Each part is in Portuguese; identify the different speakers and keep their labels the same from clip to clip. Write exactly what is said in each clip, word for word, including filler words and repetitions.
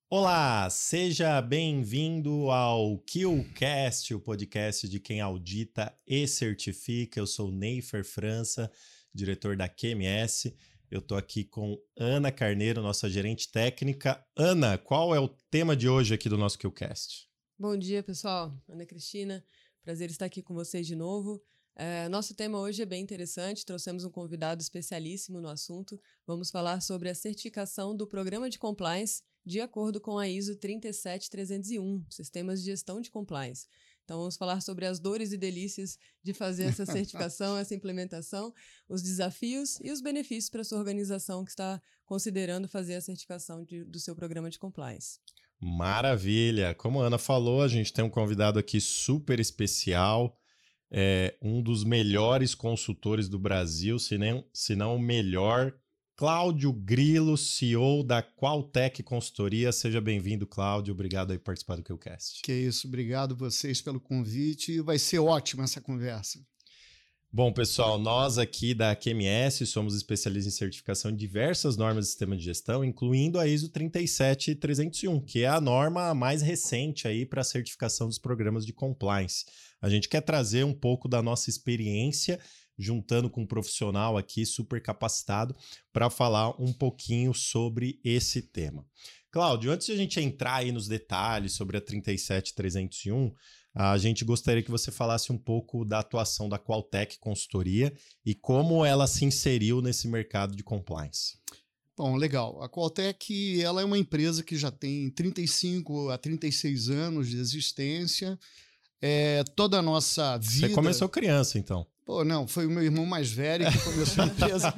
Speaker 1: Olá, seja bem-vindo ao KillCast, o podcast de quem audita e certifica. Eu sou o Neifer França, diretor da Q M S. Eu estou aqui com Ana Carneiro, nossa gerente técnica. Ana, qual é o tema de hoje aqui do nosso KillCast?
Speaker 2: Bom dia, pessoal. Ana Cristina, prazer estar aqui com vocês de novo. É, nosso tema hoje é bem interessante, trouxemos um convidado especialíssimo no assunto. Vamos falar sobre a certificação do Programa de Compliance de acordo com a ISO trinta e sete trezentos e um, Sistemas de Gestão de Compliance. Então, vamos falar sobre as dores e delícias de fazer essa certificação, essa implementação, os desafios e os benefícios para a sua organização que está considerando fazer a certificação de, do seu programa de compliance.
Speaker 1: Maravilha! Como a Ana falou, a gente tem um convidado aqui super especial, é, um dos melhores consultores do Brasil, se, nem, se não o melhor, Cláudio Grillo, C E O da Qualtech Consultoria. Seja bem-vindo, Cláudio. Obrigado aí por participar do KillCast.
Speaker 3: Que isso, obrigado vocês pelo convite. Vai ser ótima essa conversa.
Speaker 1: Bom, pessoal, nós aqui da Q M S somos especialistas em certificação de diversas normas de sistema de gestão, incluindo a ISO trinta e sete trezentos e um, que é a norma mais recente aí para a certificação dos programas de compliance. A gente quer trazer um pouco da nossa experiência, juntando com um profissional aqui super capacitado para falar um pouquinho sobre esse tema. Cláudio, antes de a gente entrar aí nos detalhes sobre a trinta e sete trezentos e um, a gente gostaria que você falasse um pouco da atuação da Qualtech Consultoria e como ela se inseriu nesse mercado de compliance.
Speaker 3: Bom, legal. A Qualtech, ela é uma empresa que já tem trinta e cinco a trinta e seis anos de existência. É, toda a nossa vida...
Speaker 1: Você começou criança, então.
Speaker 3: Pô, não, foi o meu irmão mais velho que começou a empresa.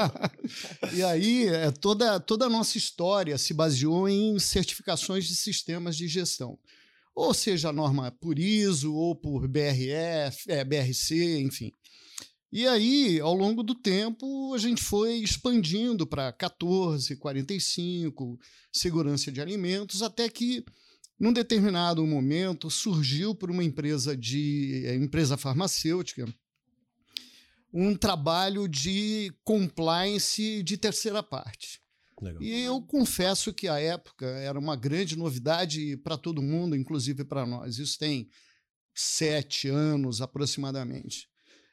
Speaker 3: E aí, é, toda, toda a nossa história se baseou em certificações de sistemas de gestão. Ou seja, a norma por ISO, ou por B R F, é, B R C, enfim. E aí, ao longo do tempo, a gente foi expandindo para quatorze, quarenta e cinco, segurança de alimentos, até que, num determinado momento, surgiu por uma empresa, de, empresa farmacêutica um trabalho de compliance de terceira parte. Legal. E eu confesso que à época era uma grande novidade para todo mundo, inclusive para nós. Isso tem sete anos aproximadamente.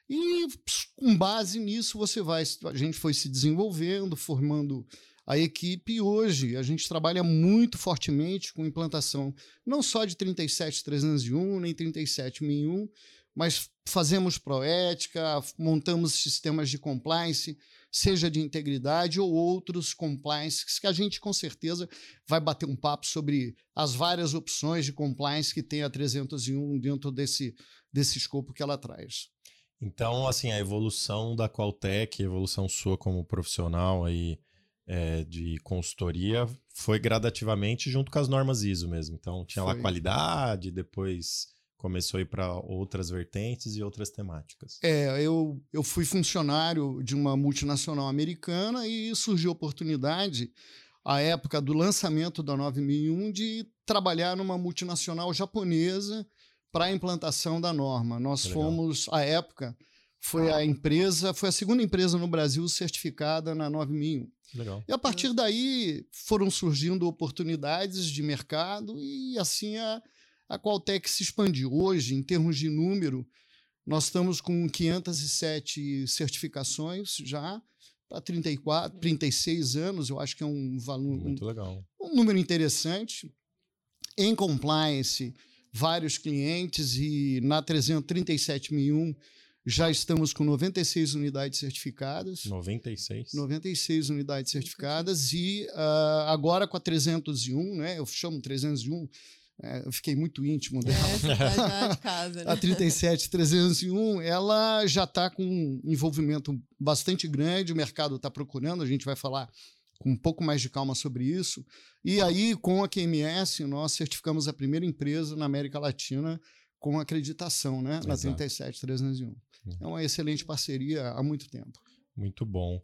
Speaker 3: E com base nisso você vai, a gente foi se desenvolvendo, formando a equipe, e hoje a gente trabalha muito fortemente com implantação não só de trinta e sete trezentos e um, nem trinta e sete mil e um, mas fazemos proética, montamos sistemas de compliance, seja de integridade ou outros compliances, que a gente com certeza vai bater um papo sobre as várias opções de compliance que tem a trezentos e um dentro desse, desse escopo que ela traz.
Speaker 1: Então, assim, a evolução da Qualtech, a evolução sua como profissional aí, é, de consultoria, foi gradativamente junto com as normas ISO mesmo. Então, tinha foi. lá qualidade, depois começou a ir para outras vertentes e outras temáticas.
Speaker 3: É, eu, eu fui funcionário de uma multinacional americana e surgiu a oportunidade, à época do lançamento da nove mil e um, de trabalhar numa multinacional japonesa para a implantação da norma. Nós Legal. fomos, à época, foi a empresa, foi a segunda empresa no Brasil certificada na nove mil e um.
Speaker 1: Legal.
Speaker 3: E a partir daí foram surgindo oportunidades de mercado e assim a, a Qualtech se expandiu. Hoje, em termos de número, nós estamos com quinhentas e sete certificações já, para trinta e quatro, trinta e seis anos, eu acho que é um valor,
Speaker 1: Muito legal.
Speaker 3: um número interessante. Em compliance, vários clientes, e na trezentos e trinta e sete mil e um já estamos com noventa e seis unidades certificadas.
Speaker 1: noventa e seis?
Speaker 3: noventa e seis unidades certificadas. E uh, agora com a trezentos e um, né, eu chamo trezentos e um, é, eu fiquei muito íntimo dela.
Speaker 2: É, tá já de casa, né?
Speaker 3: A trinta e sete trezentos e um, ela já está com um envolvimento bastante grande, o mercado está procurando, a gente vai falar com um pouco mais de calma sobre isso. E aí, com a Q M S, nós certificamos a primeira empresa na América Latina com acreditação, né, na trinta e sete trezentos e um. É uma excelente parceria há muito tempo.
Speaker 1: Muito bom.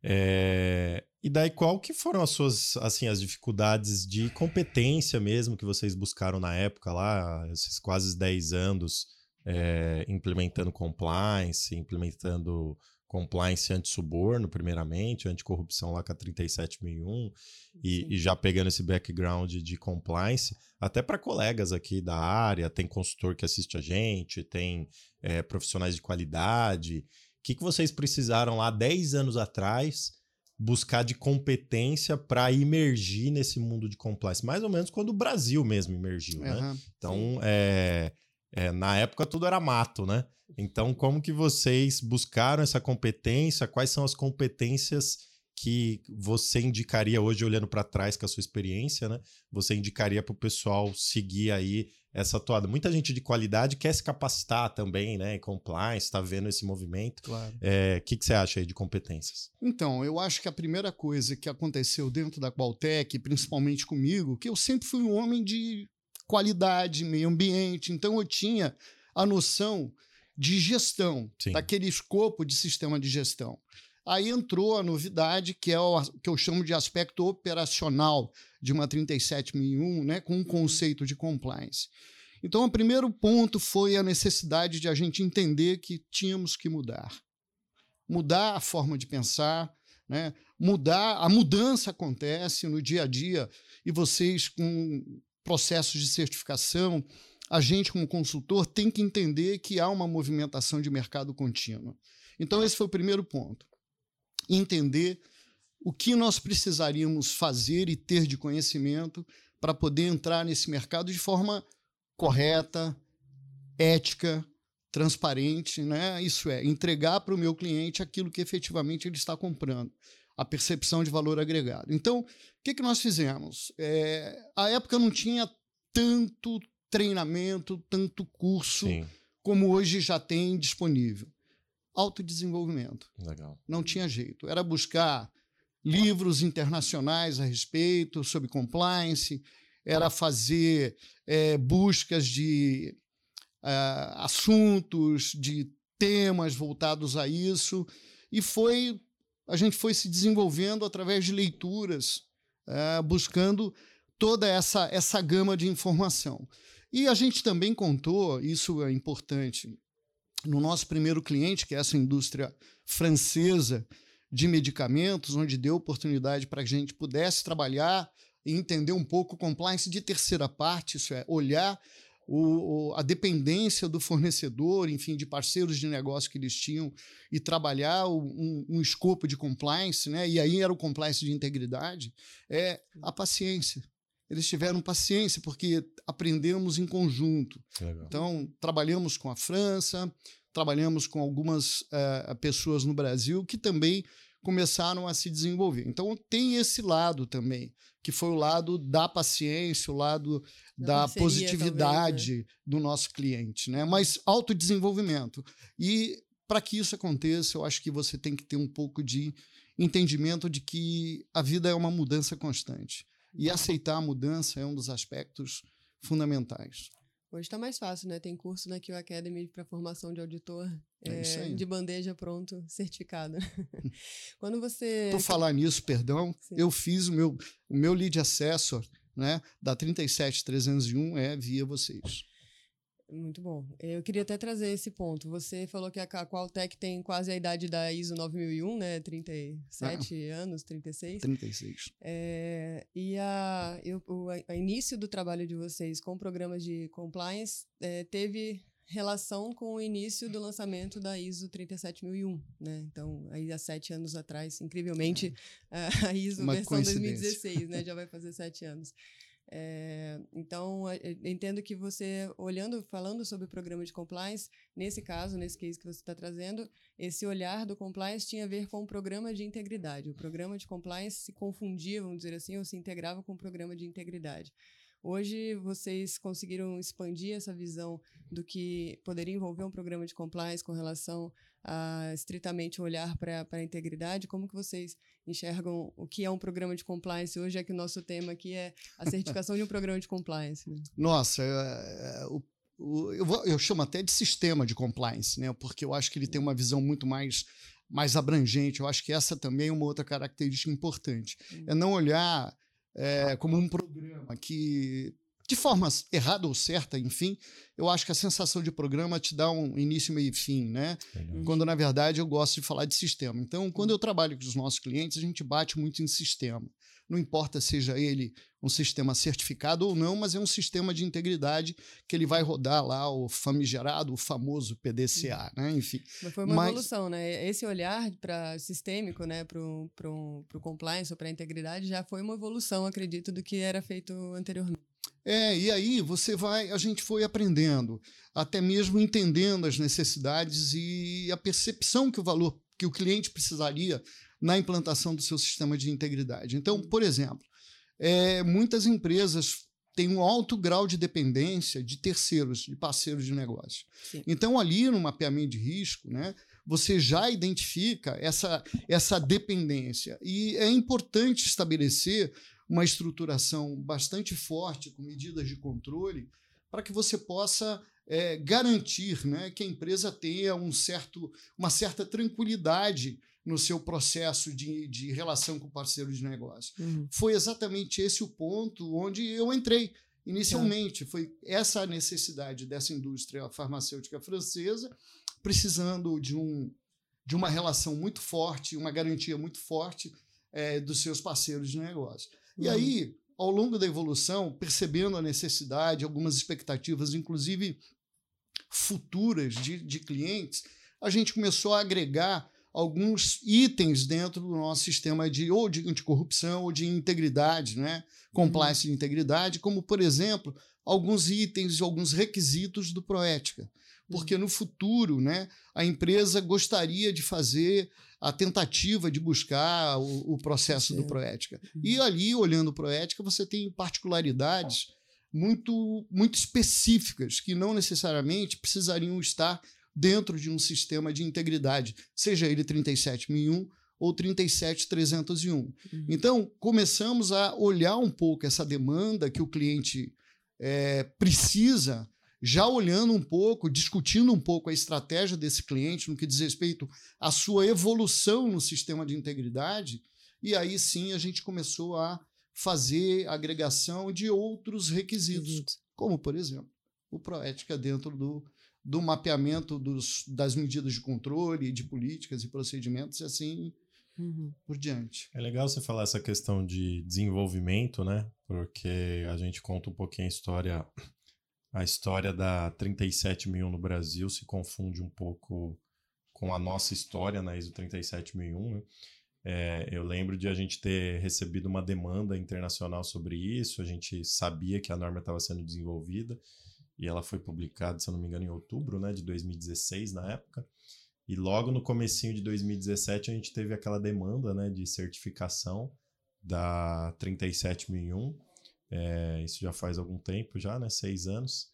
Speaker 1: É... E daí, qual que foram as suas, assim, as dificuldades de competência mesmo que vocês buscaram na época lá, esses quase dez anos, é, implementando compliance, implementando compliance anti-suborno, primeiramente, anticorrupção lá com a trinta e sete mil e um, e, e já pegando esse background de compliance, até para colegas aqui da área, tem consultor que assiste a gente, tem é, profissionais de qualidade. O que, que vocês precisaram lá dez anos atrás buscar de competência para imergir nesse mundo de compliance? Mais ou menos quando o Brasil mesmo emergiu, né?
Speaker 3: Uhum.
Speaker 1: Então, é, é, na época tudo era mato, né? Então, como que vocês buscaram essa competência? Quais são as competências que você indicaria hoje, olhando para trás com a sua experiência, né? Você indicaria para o pessoal seguir aí essa toada? Muita gente de qualidade quer se capacitar também, né? Em compliance, está vendo esse movimento.
Speaker 3: Claro.
Speaker 1: É, que, que você acha aí de competências?
Speaker 3: Então, eu acho que a primeira coisa que aconteceu dentro da Qualtec, principalmente comigo, que eu sempre fui um homem de qualidade, meio ambiente, então eu tinha a noção de gestão,
Speaker 1: Sim.
Speaker 3: daquele escopo de sistema de gestão. Aí entrou a novidade, que é o que eu chamo de aspecto operacional de uma trinta e sete mil e um, né, com um conceito de compliance. Então, o primeiro ponto foi a necessidade de a gente entender que tínhamos que mudar. Mudar a forma de pensar, né, mudar, a mudança acontece no dia a dia, e vocês, com processos de certificação, a gente, como consultor, tem que entender que há uma movimentação de mercado contínua. Então, esse foi o primeiro ponto. Entender o que nós precisaríamos fazer e ter de conhecimento para poder entrar nesse mercado de forma correta, ética, transparente, né? Isso é, entregar para o meu cliente aquilo que efetivamente ele está comprando, a percepção de valor agregado. Então, o que, que nós fizemos? É, a época não tinha tanto treinamento, tanto curso, Sim. como hoje já tem disponível. Autodesenvolvimento.
Speaker 1: Legal.
Speaker 3: Não tinha jeito. Era buscar livros internacionais a respeito, sobre compliance, era fazer é, buscas de uh, assuntos, de temas voltados a isso, e foi, a gente foi se desenvolvendo através de leituras, uh, buscando toda essa, essa gama de informação. E a gente também contou, isso é importante, no nosso primeiro cliente, que é essa indústria francesa de medicamentos, onde deu oportunidade para que a gente pudesse trabalhar e entender um pouco o compliance de terceira parte, isso é, olhar o, o, a dependência do fornecedor, enfim, de parceiros de negócio que eles tinham, e trabalhar um, um escopo de compliance, né? E aí era o compliance de integridade, é a paciência. Eles tiveram paciência, porque aprendemos em conjunto.
Speaker 1: Legal.
Speaker 3: Então, trabalhamos com a França, trabalhamos com algumas uh, pessoas no Brasil que também começaram a se desenvolver. Então, tem esse lado também, que foi o lado da paciência, o lado da, da positividade talvez, né? do nosso cliente, né? Mas autodesenvolvimento. E, para que isso aconteça, eu acho que você tem que ter um pouco de entendimento de que a vida é uma mudança constante. E aceitar a mudança é um dos aspectos fundamentais.
Speaker 2: Hoje está mais fácil, né? Tem curso na Q Academy para formação de auditor
Speaker 3: é
Speaker 2: é, de bandeja pronto, certificado. Quando você...
Speaker 3: Por falar nisso, perdão,
Speaker 2: Sim.
Speaker 3: eu fiz o meu, o meu lead assessor, né, da trinta e sete trezentos e um é via vocês.
Speaker 2: Muito bom. Eu queria até trazer esse ponto. Você falou que a Qualtec tem quase a idade da I S O nove mil e um, né? trinta e sete ah, anos, trinta e seis.
Speaker 3: trinta e seis.
Speaker 2: É, e a, eu, o a início do trabalho de vocês com programas de compliance é, teve relação com o início do lançamento da I S O trinta e sete mil e um, né? Então, aí há sete anos atrás, incrivelmente, a I S O
Speaker 3: Uma
Speaker 2: versão dois mil e dezesseis, né? Já vai fazer sete anos. É, então, eu entendo que você, olhando, falando sobre o programa de compliance, nesse caso, nesse case que você está trazendo, esse olhar do compliance tinha a ver com o programa de integridade. O programa de compliance se confundia, vamos dizer assim, ou se integrava com o programa de integridade. Hoje, vocês conseguiram expandir essa visão do que poderia envolver um programa de compliance com relação a estritamente olhar para a integridade. Como que vocês enxergam o que é um programa de compliance hoje, é que o nosso tema aqui é a certificação de um programa de compliance, né?
Speaker 3: Nossa, é, é, o, o, eu, vou, eu chamo até de sistema de compliance, né? Porque eu acho que ele tem uma visão muito mais, mais abrangente. Eu acho que essa também é uma outra característica importante. Hum. É não olhar é, como um programa que de forma errada ou certa, enfim, eu acho que a sensação de programa te dá um início, meio e fim, né?
Speaker 1: Legal.
Speaker 3: Quando, na verdade, eu gosto de falar de sistema. Então, quando eu trabalho com os nossos clientes, a gente bate muito em sistema. Não importa seja ele um sistema certificado ou não, mas é um sistema de integridade que ele vai rodar lá o famigerado, o famoso P D C A, né? Enfim.
Speaker 2: Mas foi uma
Speaker 3: mas...
Speaker 2: evolução, né? Esse olhar para sistêmico, né, para o compliance ou para a integridade já foi uma evolução, acredito, do que era feito anteriormente.
Speaker 3: É, e aí você vai, a gente foi aprendendo, até mesmo entendendo as necessidades e a percepção que o valor que o cliente precisaria na implantação do seu sistema de integridade. Então, por exemplo, é, muitas empresas têm um alto grau de dependência de terceiros, de parceiros de negócio.
Speaker 2: Sim.
Speaker 3: Então, ali no mapeamento de risco, né, você já identifica essa, essa dependência. E é importante estabelecer uma estruturação bastante forte, com medidas de controle, para que você possa é, garantir, né, que a empresa tenha um certo, uma certa tranquilidade no seu processo de, de relação com o parceiro de negócio.
Speaker 2: Uhum.
Speaker 3: Foi exatamente esse o ponto onde eu entrei inicialmente. É. Foi essa a necessidade dessa indústria farmacêutica francesa, precisando de, um, de uma relação muito forte, uma garantia muito forte é, dos seus parceiros de negócio. Uhum. E aí, ao longo da evolução, percebendo a necessidade, algumas expectativas, inclusive futuras de, de clientes, a gente começou a agregar alguns itens dentro do nosso sistema de ou de anticorrupção ou de integridade, né? Compliance uhum. de integridade, como, por exemplo, alguns itens, alguns requisitos do Proética. Porque no futuro, né, a empresa gostaria de fazer a tentativa de buscar o, o processo Sim. do Proética. Uhum. E ali, olhando o Proética, você tem particularidades muito, muito específicas que não necessariamente precisariam estar dentro de um sistema de integridade, seja ele trinta e sete mil e um ou trinta e sete mil trezentos e um. Uhum. Então, começamos a olhar um pouco essa demanda que o cliente é, precisa, já olhando um pouco, discutindo um pouco a estratégia desse cliente no que diz respeito à sua evolução no sistema de integridade, e aí sim a gente começou a fazer agregação de outros requisitos, requisitos. Como, por exemplo, o Proética dentro do do mapeamento dos, das medidas de controle, de políticas e procedimentos, e assim uhum. por diante.
Speaker 1: É legal você falar essa questão de desenvolvimento, né? Porque a gente conta um pouquinho a história, a história da trinta e sete mil e um no Brasil se confunde um pouco com a nossa história na I S O trinta e sete mil e um, né? É, eu lembro de a gente ter recebido uma demanda internacional sobre isso, a gente sabia que a norma estava sendo desenvolvida, e ela foi publicada, se eu não me engano, em outubro, né, de dois mil e dezesseis, na época. E logo no comecinho de dois mil e dezessete, a gente teve aquela demanda, né, de certificação da trinta e sete mil e um. É, isso já faz algum tempo, já, né, seis anos.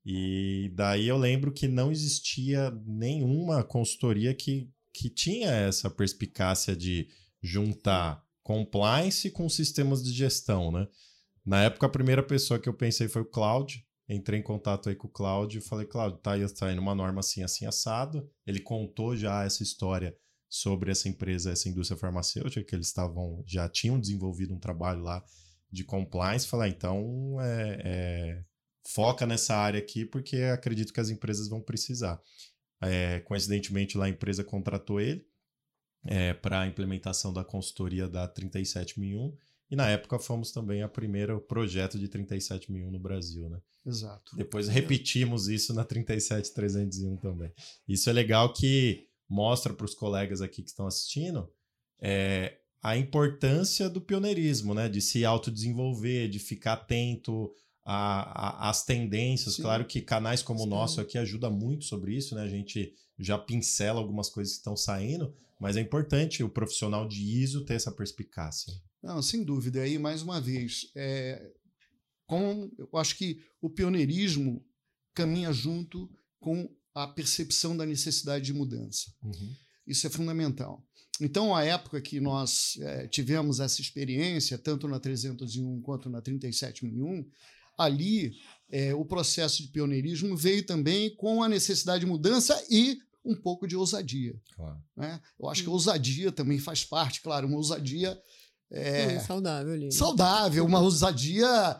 Speaker 1: E daí eu lembro que não existia nenhuma consultoria que, que tinha essa perspicácia de juntar compliance com sistemas de gestão, né? Na época, a primeira pessoa que eu pensei foi o Cláudio. Entrei em contato aí com o Cláudio e falei, Cláudio, tá aí, tá aí numa norma assim, assim, assado. Ele contou já essa história sobre essa empresa, essa indústria farmacêutica, que eles estavam, já tinham desenvolvido um trabalho lá de compliance. Falei, ah, então é, é, foca nessa área aqui, porque acredito que as empresas vão precisar. É, coincidentemente, lá a empresa contratou ele é, para a implementação da consultoria da trinta e sete mil e um. E na época fomos também a primeiro projeto de trinta e sete mil e um no Brasil, né?
Speaker 3: Exato.
Speaker 1: Depois repetimos isso na trinta e sete mil trezentos e um também. Isso é legal que mostra para os colegas aqui que estão assistindo é, a importância do pioneirismo, né? De se autodesenvolver, de ficar atento a, a, às tendências. Sim. Claro que canais como Sim. o nosso aqui ajudam muito sobre isso, né? A gente já pincela algumas coisas que estão saindo, mas é importante o profissional de I S O ter essa perspicácia.
Speaker 3: Não, sem dúvida. Aí, mais uma vez, é, com, eu acho que o pioneirismo caminha junto com a percepção da necessidade de mudança. Uhum. Isso é fundamental. Então, a época que nós é, tivemos essa experiência, tanto na trezentos e um quanto na trinta e sete mil e um, ali é, o processo de pioneirismo veio também com a necessidade de mudança e um pouco de ousadia. Claro. Né? Eu acho que a ousadia também faz parte, claro, uma ousadia... É,
Speaker 2: Sim, saudável ali.
Speaker 3: Saudável, uma ousadia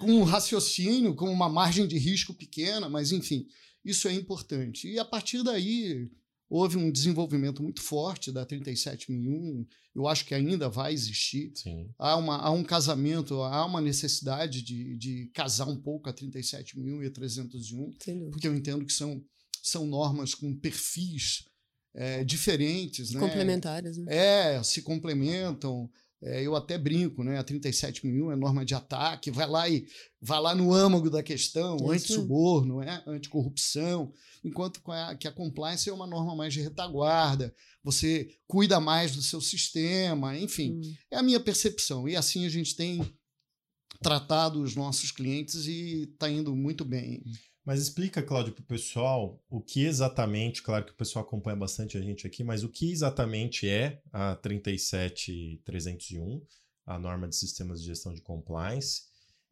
Speaker 3: com um raciocínio, com uma margem de risco pequena, mas enfim, isso é importante. E a partir daí houve um desenvolvimento muito forte da trinta e sete mil e um, eu acho que ainda vai existir.
Speaker 1: Sim.
Speaker 3: Há, uma, há um casamento, há uma necessidade de, de casar um pouco a trinta e sete mil e um e a trezentos e um, porque eu entendo que são, são normas com perfis é, diferentes. Né?
Speaker 2: Complementares. Né?
Speaker 3: É, se complementam. É, eu até brinco, né? A trinta e sete mil e um é norma de ataque, vai lá e vai lá no âmago da questão, é anti-suborno, é? Anticorrupção, enquanto que a compliance é uma norma mais de retaguarda, você cuida mais do seu sistema, enfim, hum. é a minha percepção. E assim a gente tem tratado os nossos clientes e está indo muito bem.
Speaker 1: Mas explica, Cláudio, para o pessoal o que exatamente, claro que o pessoal acompanha bastante a gente aqui, mas o que exatamente é a trinta e sete mil trezentos e um, a norma de sistemas de gestão de compliance,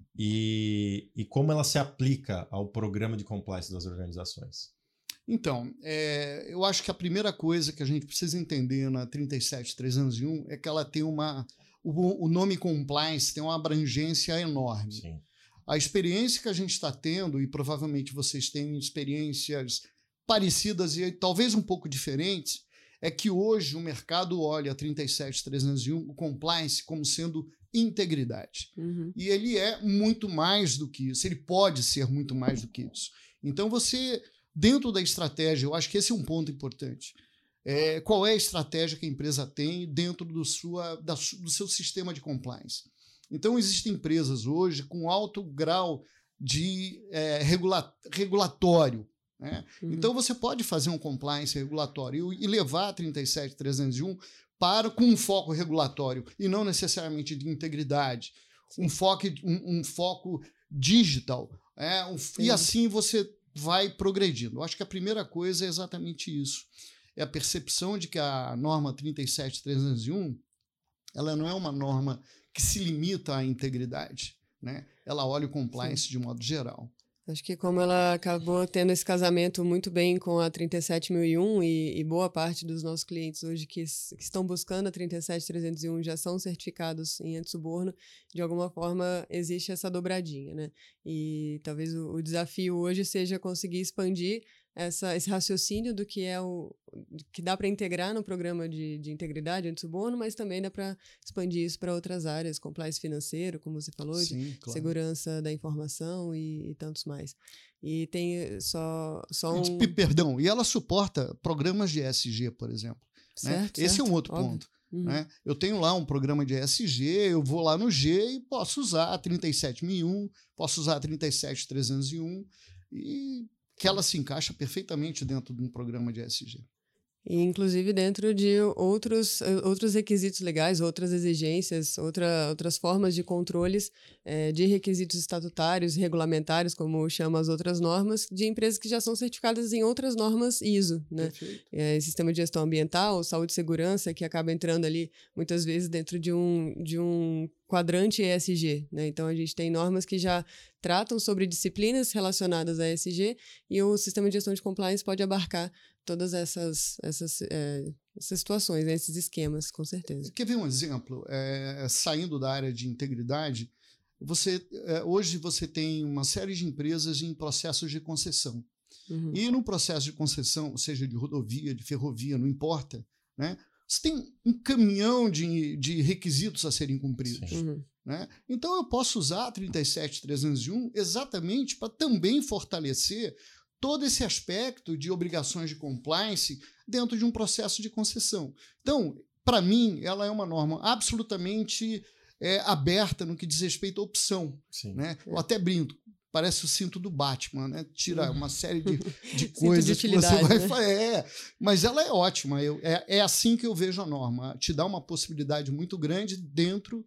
Speaker 1: e, e como ela se aplica ao programa de compliance das organizações.
Speaker 3: Então, é, eu acho que a primeira coisa que a gente precisa entender na trinta e sete mil trezentos e um é que ela tem uma... O, o nome compliance tem uma abrangência enorme.
Speaker 1: Sim.
Speaker 3: A experiência que a gente está tendo, e provavelmente vocês têm experiências parecidas e talvez um pouco diferentes, é que hoje o mercado olha a trinta e sete mil trezentos e um, o compliance, como sendo integridade.
Speaker 2: Uhum.
Speaker 3: E ele é muito mais do que isso, ele pode ser muito mais do que isso. Então você, dentro da estratégia, eu acho que esse é um ponto importante. É, qual é a estratégia que a empresa tem dentro do, sua, da, do seu sistema de compliance? Então, existem empresas hoje com alto grau de é, regula regulatório. Né? Uhum. Então, você pode fazer um compliance regulatório e levar a trinta e sete mil trezentos e um para, com um foco regulatório e não necessariamente de integridade, um foco, um, um foco digital. É, um, e assim você vai progredindo. Eu acho que a primeira coisa é exatamente isso. É a percepção de que a norma trinta e sete mil trezentos e um ela não é uma norma que se limita à integridade, né? Ela olha o compliance Sim. de modo geral.
Speaker 2: Acho que como ela acabou tendo esse casamento muito bem com a trinta e sete mil e um e, e boa parte dos nossos clientes hoje que, que estão buscando a trinta e sete mil trezentos e um já são certificados em antissuborno, de alguma forma existe essa dobradinha, né? E talvez o, o desafio hoje seja conseguir expandir essa, esse raciocínio do que é o que dá para integrar no programa de, de integridade antissuborno, mas também dá para expandir isso para outras áreas, compliance financeiro, como você falou,
Speaker 3: Sim,
Speaker 2: de
Speaker 3: claro.
Speaker 2: segurança da informação e, e tantos mais. E tem só, só um...
Speaker 3: Perdão, e ela suporta programas de E S G, por exemplo.
Speaker 2: Certo,
Speaker 3: né? Esse
Speaker 2: certo,
Speaker 3: é um outro
Speaker 2: óbvio.
Speaker 3: ponto.
Speaker 2: Uhum.
Speaker 3: Né? Eu tenho lá um programa de E S G, eu vou lá no G e posso usar a trinta e sete mil e um, posso usar a trinta e sete mil trezentos e um e que ela se encaixa perfeitamente dentro de um programa de E S G.
Speaker 2: E, inclusive, dentro de outros, outros requisitos legais, outras exigências, outra, outras formas de controles é, de requisitos estatutários, regulamentares, como chama as outras normas, de empresas que já são certificadas em outras normas I S O, né? É, sistema de gestão ambiental, saúde e segurança, que acaba entrando ali, muitas vezes, dentro de um, de um quadrante E S G, né? Então, a gente tem normas que já tratam sobre disciplinas relacionadas a E S G e o sistema de gestão de compliance pode abarcar todas essas, essas, é, essas situações, né? Esses esquemas, com certeza.
Speaker 3: Quer ver um exemplo? É, saindo da área de integridade, você, é, hoje você tem uma série de empresas em processos de concessão. Uhum. E no processo de concessão, seja de rodovia, de ferrovia, não importa, né? Você tem um caminhão de, de requisitos a serem cumpridos.
Speaker 2: Uhum.
Speaker 3: Né? Então, eu posso usar a trinta e sete mil trezentos e um exatamente para também fortalecer todo esse aspecto de obrigações de compliance dentro de um processo de concessão. Então, para mim, ela é uma norma absolutamente é, aberta no que diz respeito à opção. Né? Eu até brinco, parece o cinto do Batman, né? Tira uma série de, de coisas
Speaker 2: de
Speaker 3: que você vai
Speaker 2: né?
Speaker 3: fazer. É, mas ela é ótima, eu, é, é assim que eu vejo a norma. Te dá uma possibilidade muito grande dentro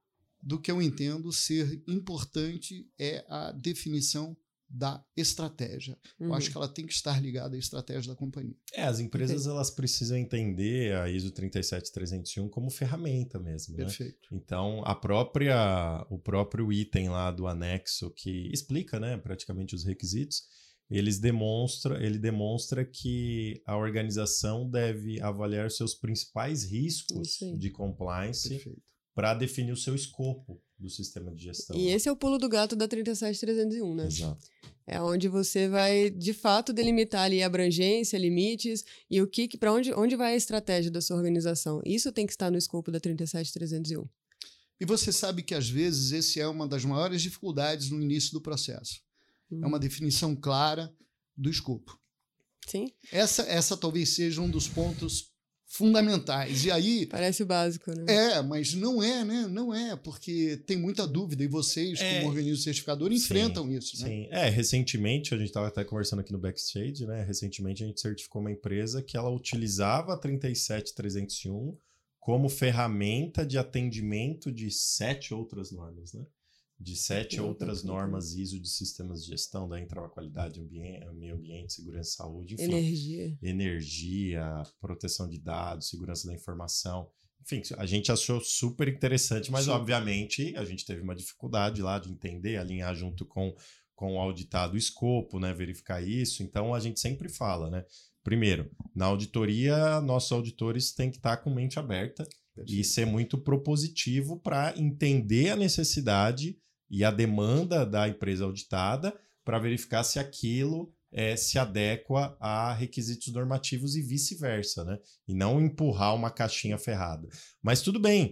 Speaker 3: do que eu entendo ser importante é a definição da estratégia. Uhum. Eu acho que ela tem que estar ligada à estratégia da companhia.
Speaker 1: É, as empresas okay. elas precisam entender a I S O trinta e sete mil trezentos e um como ferramenta mesmo.
Speaker 3: Perfeito.
Speaker 1: Né? Então, a própria, o próprio item lá do anexo que explica, né, praticamente os requisitos, eles demonstra, ele demonstra que a organização deve avaliar seus principais riscos de compliance para definir o seu escopo. do sistema de gestão.
Speaker 2: E esse é o pulo do gato da trinta e sete trezentos e um, né?
Speaker 1: Exato.
Speaker 2: É onde você vai, de fato, delimitar ali abrangência, limites e o que, para onde, onde vai a estratégia da sua organização. Isso tem que estar no escopo da trinta e sete trezentos e um.
Speaker 3: E você sabe que, às vezes, esse é uma das maiores dificuldades no início do processo. Hum. É uma definição clara do escopo.
Speaker 2: Sim.
Speaker 3: Essa, essa talvez seja um dos pontos fundamentais. E aí...
Speaker 2: Parece o básico, né?
Speaker 3: É, mas não é, né? Não é, porque tem muita dúvida e vocês, é, como organismo certificador, enfrentam sim, isso, né?
Speaker 1: Sim, é, recentemente, a gente estava até conversando aqui no Backstage, né? Recentemente a gente certificou uma empresa que ela utilizava a trinta e sete trezentos e um como ferramenta de atendimento de sete outras normas, né? De sete que outras normas I S O de sistemas de gestão, da entrava qualidade, ambiente, meio ambiente, segurança e saúde, enfim.
Speaker 2: Energia.
Speaker 1: Energia, proteção de dados, segurança da informação. Enfim, a gente achou super interessante, mas super. Obviamente a gente teve uma dificuldade lá de entender, alinhar junto com, com o auditado o escopo, né? Verificar isso. Então a gente sempre fala, né? Primeiro, na auditoria, nossos auditores têm que estar com mente aberta Perfeito. E ser muito propositivo para entender a necessidade e a demanda da empresa auditada para verificar se aquilo é, se adequa a requisitos normativos e vice-versa, né? E não empurrar uma caixinha ferrada. Mas tudo bem,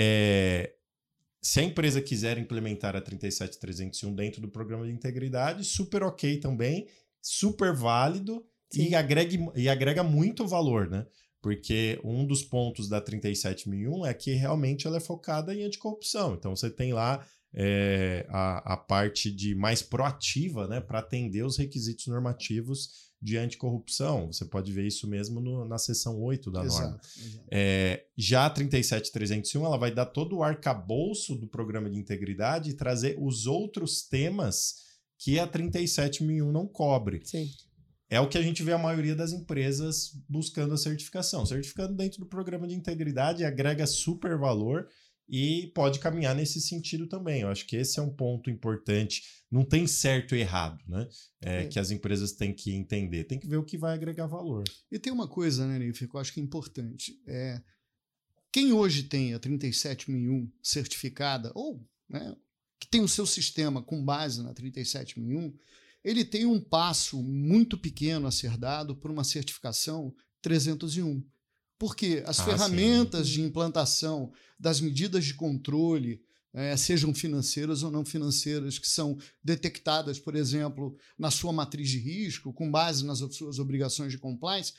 Speaker 1: é, se a empresa quiser implementar a trinta e sete trezentos e um dentro do programa de integridade, super ok também, super válido e agrega, e agrega muito valor, né? Porque um dos pontos da trinta e sete mil e um é que realmente ela é focada em anticorrupção. Então você tem lá É, a, a parte de mais proativa, né, para atender os requisitos normativos de anticorrupção. Você pode ver isso mesmo no, na seção oito da
Speaker 3: exato,
Speaker 1: norma.
Speaker 3: Exato.
Speaker 1: É, já a trinta e sete trezentos e um ela vai dar todo o arcabouço do programa de integridade e trazer os outros temas que a trinta e sete mil e um não cobre.
Speaker 2: Sim.
Speaker 1: É o que a gente vê a maioria das empresas buscando a certificação. Certificando dentro do programa de integridade agrega super valor e pode caminhar nesse sentido também. Eu acho que esse é um ponto importante. Não tem certo e errado, né? É, é. Que as empresas têm que entender. Tem que ver o que vai agregar valor.
Speaker 3: E tem uma coisa, né, Nif, que eu acho que é importante. É, quem hoje tem a trinta e sete mil e um certificada, ou né, que tem o seu sistema com base na trinta e sete mil e um, ele tem um passo muito pequeno a ser dado por uma certificação trezentos e um. Porque as ah, ferramentas sim. de implantação das medidas de controle, é, sejam financeiras ou não financeiras, que são detectadas, por exemplo, na sua matriz de risco, com base nas suas obrigações de compliance,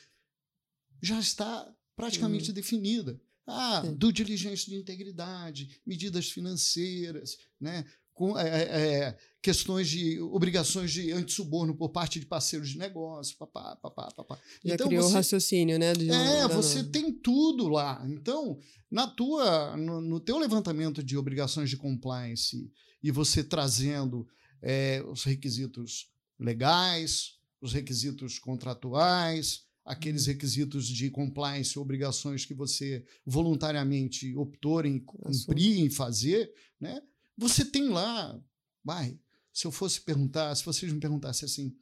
Speaker 3: já está praticamente uhum. definida. Ah, sim. due diligência de integridade, medidas financeiras, né? Com, é, é, questões de obrigações de antissuborno por parte de parceiros de negócio, papá, papá, papá.
Speaker 2: Já
Speaker 3: então,
Speaker 2: criou o
Speaker 3: você,
Speaker 2: raciocínio, né?
Speaker 3: De, é, você norma. Tem tudo lá. Então, na tua, no, no teu levantamento de obrigações de compliance e você trazendo é, os requisitos legais, os requisitos contratuais, aqueles requisitos de compliance, obrigações que você voluntariamente optou em cumprir, em fazer, né? Você tem lá, vai, se eu fosse perguntar, se vocês me perguntassem assim,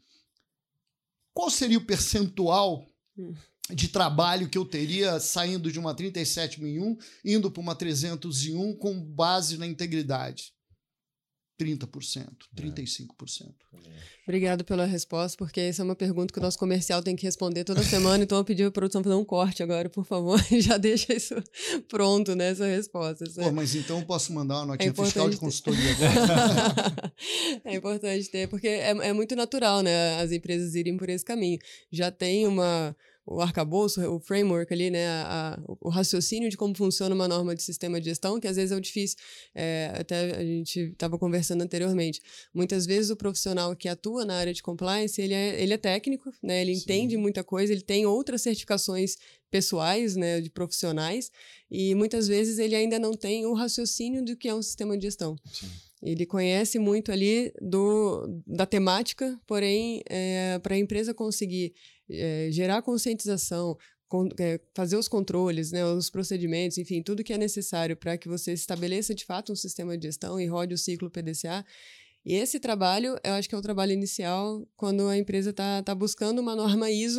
Speaker 3: qual seria o percentual hum. de trabalho que eu teria saindo de uma trinta e sete mil e um, indo para uma trezentos e um com base na integridade? trinta por cento, trinta e cinco por cento.
Speaker 2: Obrigado pela resposta, porque essa é uma pergunta que o nosso comercial tem que responder toda semana, então eu pedi para a produção fazer um corte agora, por favor, já deixa isso pronto, né, essa resposta. Essa...
Speaker 3: Pô, mas então eu posso mandar uma notinha é fiscal de consultoria agora?
Speaker 2: É importante ter, porque é, é muito natural, né, as empresas irem por esse caminho. Já tem uma... o arcabouço, o framework ali, né, a, a, o raciocínio de como funciona uma norma de sistema de gestão, que às vezes é o difícil, é, até a gente estava conversando anteriormente. Muitas vezes o profissional que atua na área de compliance, ele é, ele é técnico, né, ele Sim. entende muita coisa, ele tem outras certificações pessoais, né, de profissionais, e muitas vezes ele ainda não tem o raciocínio do que é um sistema de gestão. Sim. Ele conhece muito ali do, da temática, porém, é, para a empresa conseguir é, gerar conscientização, con, é, fazer os controles, né, os procedimentos, enfim, tudo que é necessário para que você estabeleça de fato um sistema de gestão e rode o ciclo P D C A. E esse trabalho, eu acho que é o trabalho inicial quando a empresa está tá buscando uma norma I S O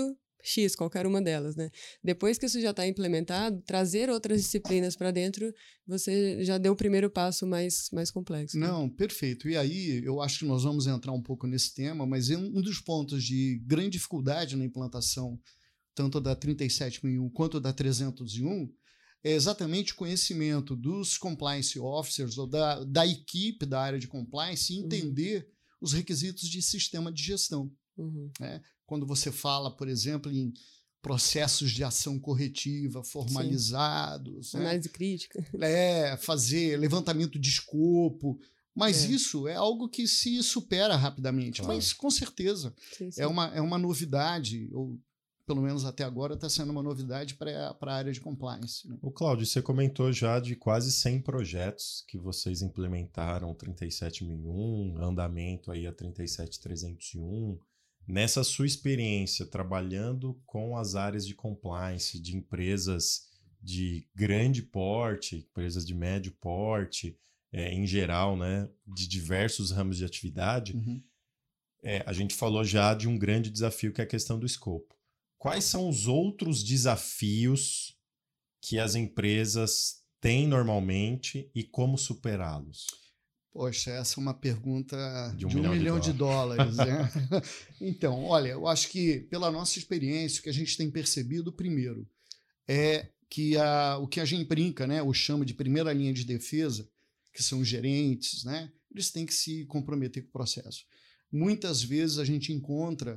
Speaker 2: X, qualquer uma delas, né? Depois que isso já está implementado, trazer outras disciplinas para dentro, você já deu o primeiro passo mais, mais complexo. Né?
Speaker 3: Não, perfeito. E aí, eu acho que nós vamos entrar um pouco nesse tema, mas um dos pontos de grande dificuldade na implantação, tanto da trinta e sete mil e um quanto da trezentos e um, é exatamente o conhecimento dos compliance officers ou da, da equipe da área de compliance e entender uhum. os requisitos de sistema de gestão. Uhum. Né? Quando você fala, por exemplo, em processos de ação corretiva formalizados. Né?
Speaker 2: Análise crítica.
Speaker 3: É, fazer levantamento de escopo. Mas é. isso é algo que se supera rapidamente. Claro. Mas, com certeza, sim, sim. É, uma, é uma novidade, ou pelo menos até agora está sendo uma novidade para a área de compliance. Né?
Speaker 1: O Cláudio, você comentou já de quase cem projetos que vocês implementaram trinta e sete mil e um, andamento aí a trinta e sete mil trezentos e um. Nessa sua experiência trabalhando com as áreas de compliance de empresas de grande porte, empresas de médio porte, é, em geral, né, de diversos ramos de atividade, uhum. é, a gente falou já de um grande desafio que é a questão do escopo. Quais são os outros desafios que as empresas têm normalmente e como superá-los?
Speaker 3: Poxa, essa é uma pergunta de um, de um
Speaker 1: milhão,
Speaker 3: milhão
Speaker 1: de
Speaker 3: de dólares. De dólares né? Então, olha, eu acho que pela nossa experiência, o que a gente tem percebido, primeiro, é que a, o que a gente brinca, né, ou chama de primeira linha de defesa, que são os gerentes, né, eles têm que se comprometer com o processo. Muitas vezes a gente encontra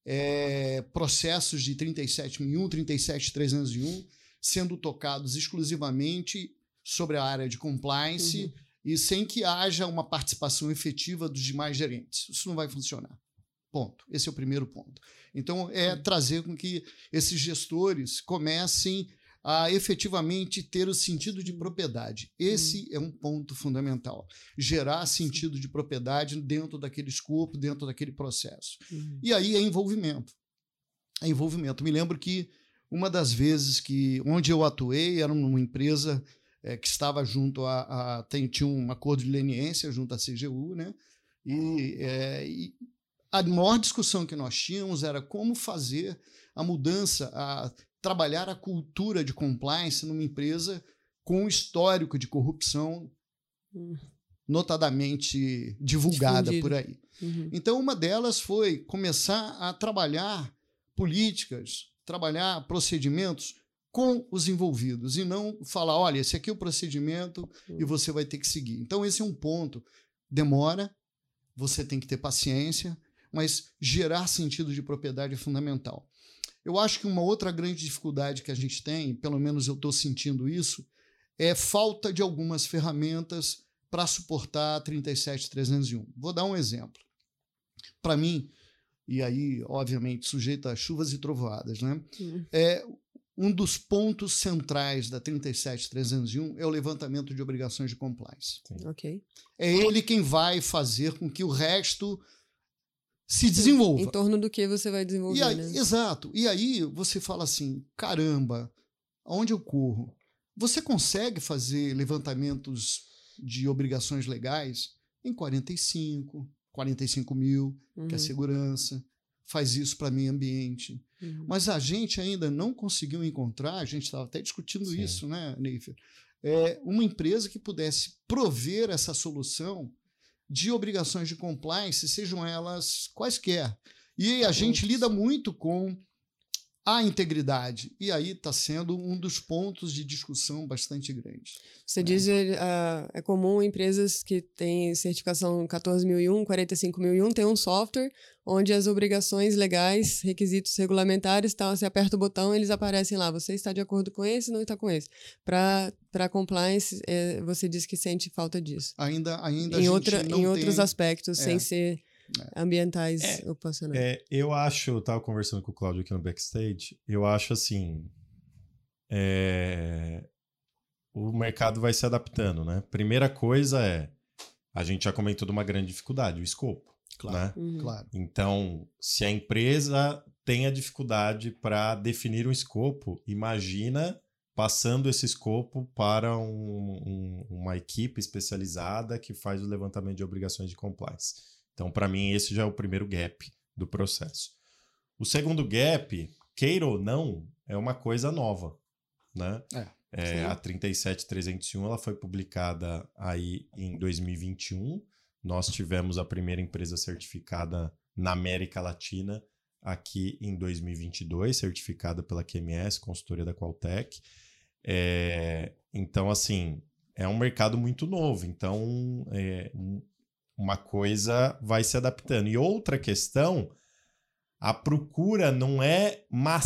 Speaker 3: É, processos de trinta e sete mil e um, trinta e sete mil trezentos e um sendo tocados exclusivamente sobre a área de compliance uhum. e sem que haja uma participação efetiva dos demais gerentes. Isso não vai funcionar. Ponto. Esse é o primeiro ponto. Então, é uhum. trazer com que esses gestores comecem a efetivamente ter o sentido de propriedade. Esse uhum. é um ponto fundamental. Gerar sentido de propriedade dentro daquele escopo, dentro daquele processo. Uhum. E aí é envolvimento. É envolvimento. Me lembro que uma das vezes que onde eu atuei era numa empresa é, que estava junto a, a tem, tinha um acordo de leniência junto à C G U, né? E, é, e a maior discussão que nós tínhamos era como fazer a mudança, a trabalhar a cultura de compliance numa empresa com histórico de corrupção uhum. notadamente divulgada Difundido. Por aí. Uhum. Então, uma delas foi começar a trabalhar políticas, trabalhar procedimentos com os envolvidos e não falar, olha, esse aqui é o procedimento uhum. e você vai ter que seguir. Então, esse é um ponto. Demora, você tem que ter paciência, mas gerar sentido de propriedade é fundamental. Eu acho que uma outra grande dificuldade que a gente tem, pelo menos eu estou sentindo isso, é falta de algumas ferramentas para suportar trinta e sete mil trezentos e um. Vou dar um exemplo. Para mim, e aí, obviamente, sujeito a chuvas e trovoadas, né? Uhum. É, um dos pontos centrais da trinta e sete mil trezentos e um é o levantamento de obrigações de compliance.
Speaker 2: Okay.
Speaker 3: É ele quem vai fazer com que o resto se desenvolva.
Speaker 2: Em torno do que você vai desenvolver,
Speaker 3: e aí,
Speaker 2: né?
Speaker 3: Exato. E aí você fala assim, caramba, aonde eu corro? Você consegue fazer levantamentos de obrigações legais em quarenta e cinco, quarenta e cinco mil, uhum. que é segurança, faz isso para meio ambiente. Uhum. Mas a gente ainda não conseguiu encontrar, a gente estava até discutindo Sim. isso, né, Neifer? É, uma empresa que pudesse prover essa solução de obrigações de compliance, sejam elas quaisquer. E a gente lida muito com a integridade. E aí está sendo um dos pontos de discussão bastante grande.
Speaker 2: Você é. diz que uh, é comum empresas que têm certificação quatorze mil e um, quarenta e cinco mil e um, ter um software onde as obrigações legais, requisitos regulamentares, tá, você aperta o botão e eles aparecem lá. Você está de acordo com esse, não está com esse. Para compliance, é, você diz que sente falta disso.
Speaker 3: Ainda, ainda
Speaker 2: em
Speaker 3: a gente
Speaker 2: outra,
Speaker 3: não
Speaker 2: Em
Speaker 3: tem...
Speaker 2: outros aspectos, é. sem ser...
Speaker 3: É.
Speaker 2: ambientais
Speaker 1: é,
Speaker 2: ocupacionais.
Speaker 1: É, eu acho, eu estava conversando com o Cláudio aqui no backstage, eu acho assim, é, o mercado vai se adaptando, né? Primeira coisa é, a gente já comentou de uma grande dificuldade, o escopo.
Speaker 3: Claro,
Speaker 1: né?
Speaker 3: uhum. claro.
Speaker 1: Então, se a empresa tem a dificuldade para definir um escopo, imagina passando esse escopo para um, um, uma equipe especializada que faz o levantamento de obrigações de compliance. Então, para mim, esse já é o primeiro gap do processo. O segundo gap, queira ou não, é uma coisa nova, né?
Speaker 3: É,
Speaker 1: é, a trinta e sete trezentos e um ela foi publicada aí em dois mil e vinte e um. Nós tivemos a primeira empresa certificada na América Latina aqui em dois mil e vinte e dois, certificada pela Q M S, consultoria da Qualtech. É, então, assim, é um mercado muito novo. Então, é, uma coisa vai se adaptando. E outra questão, a procura não é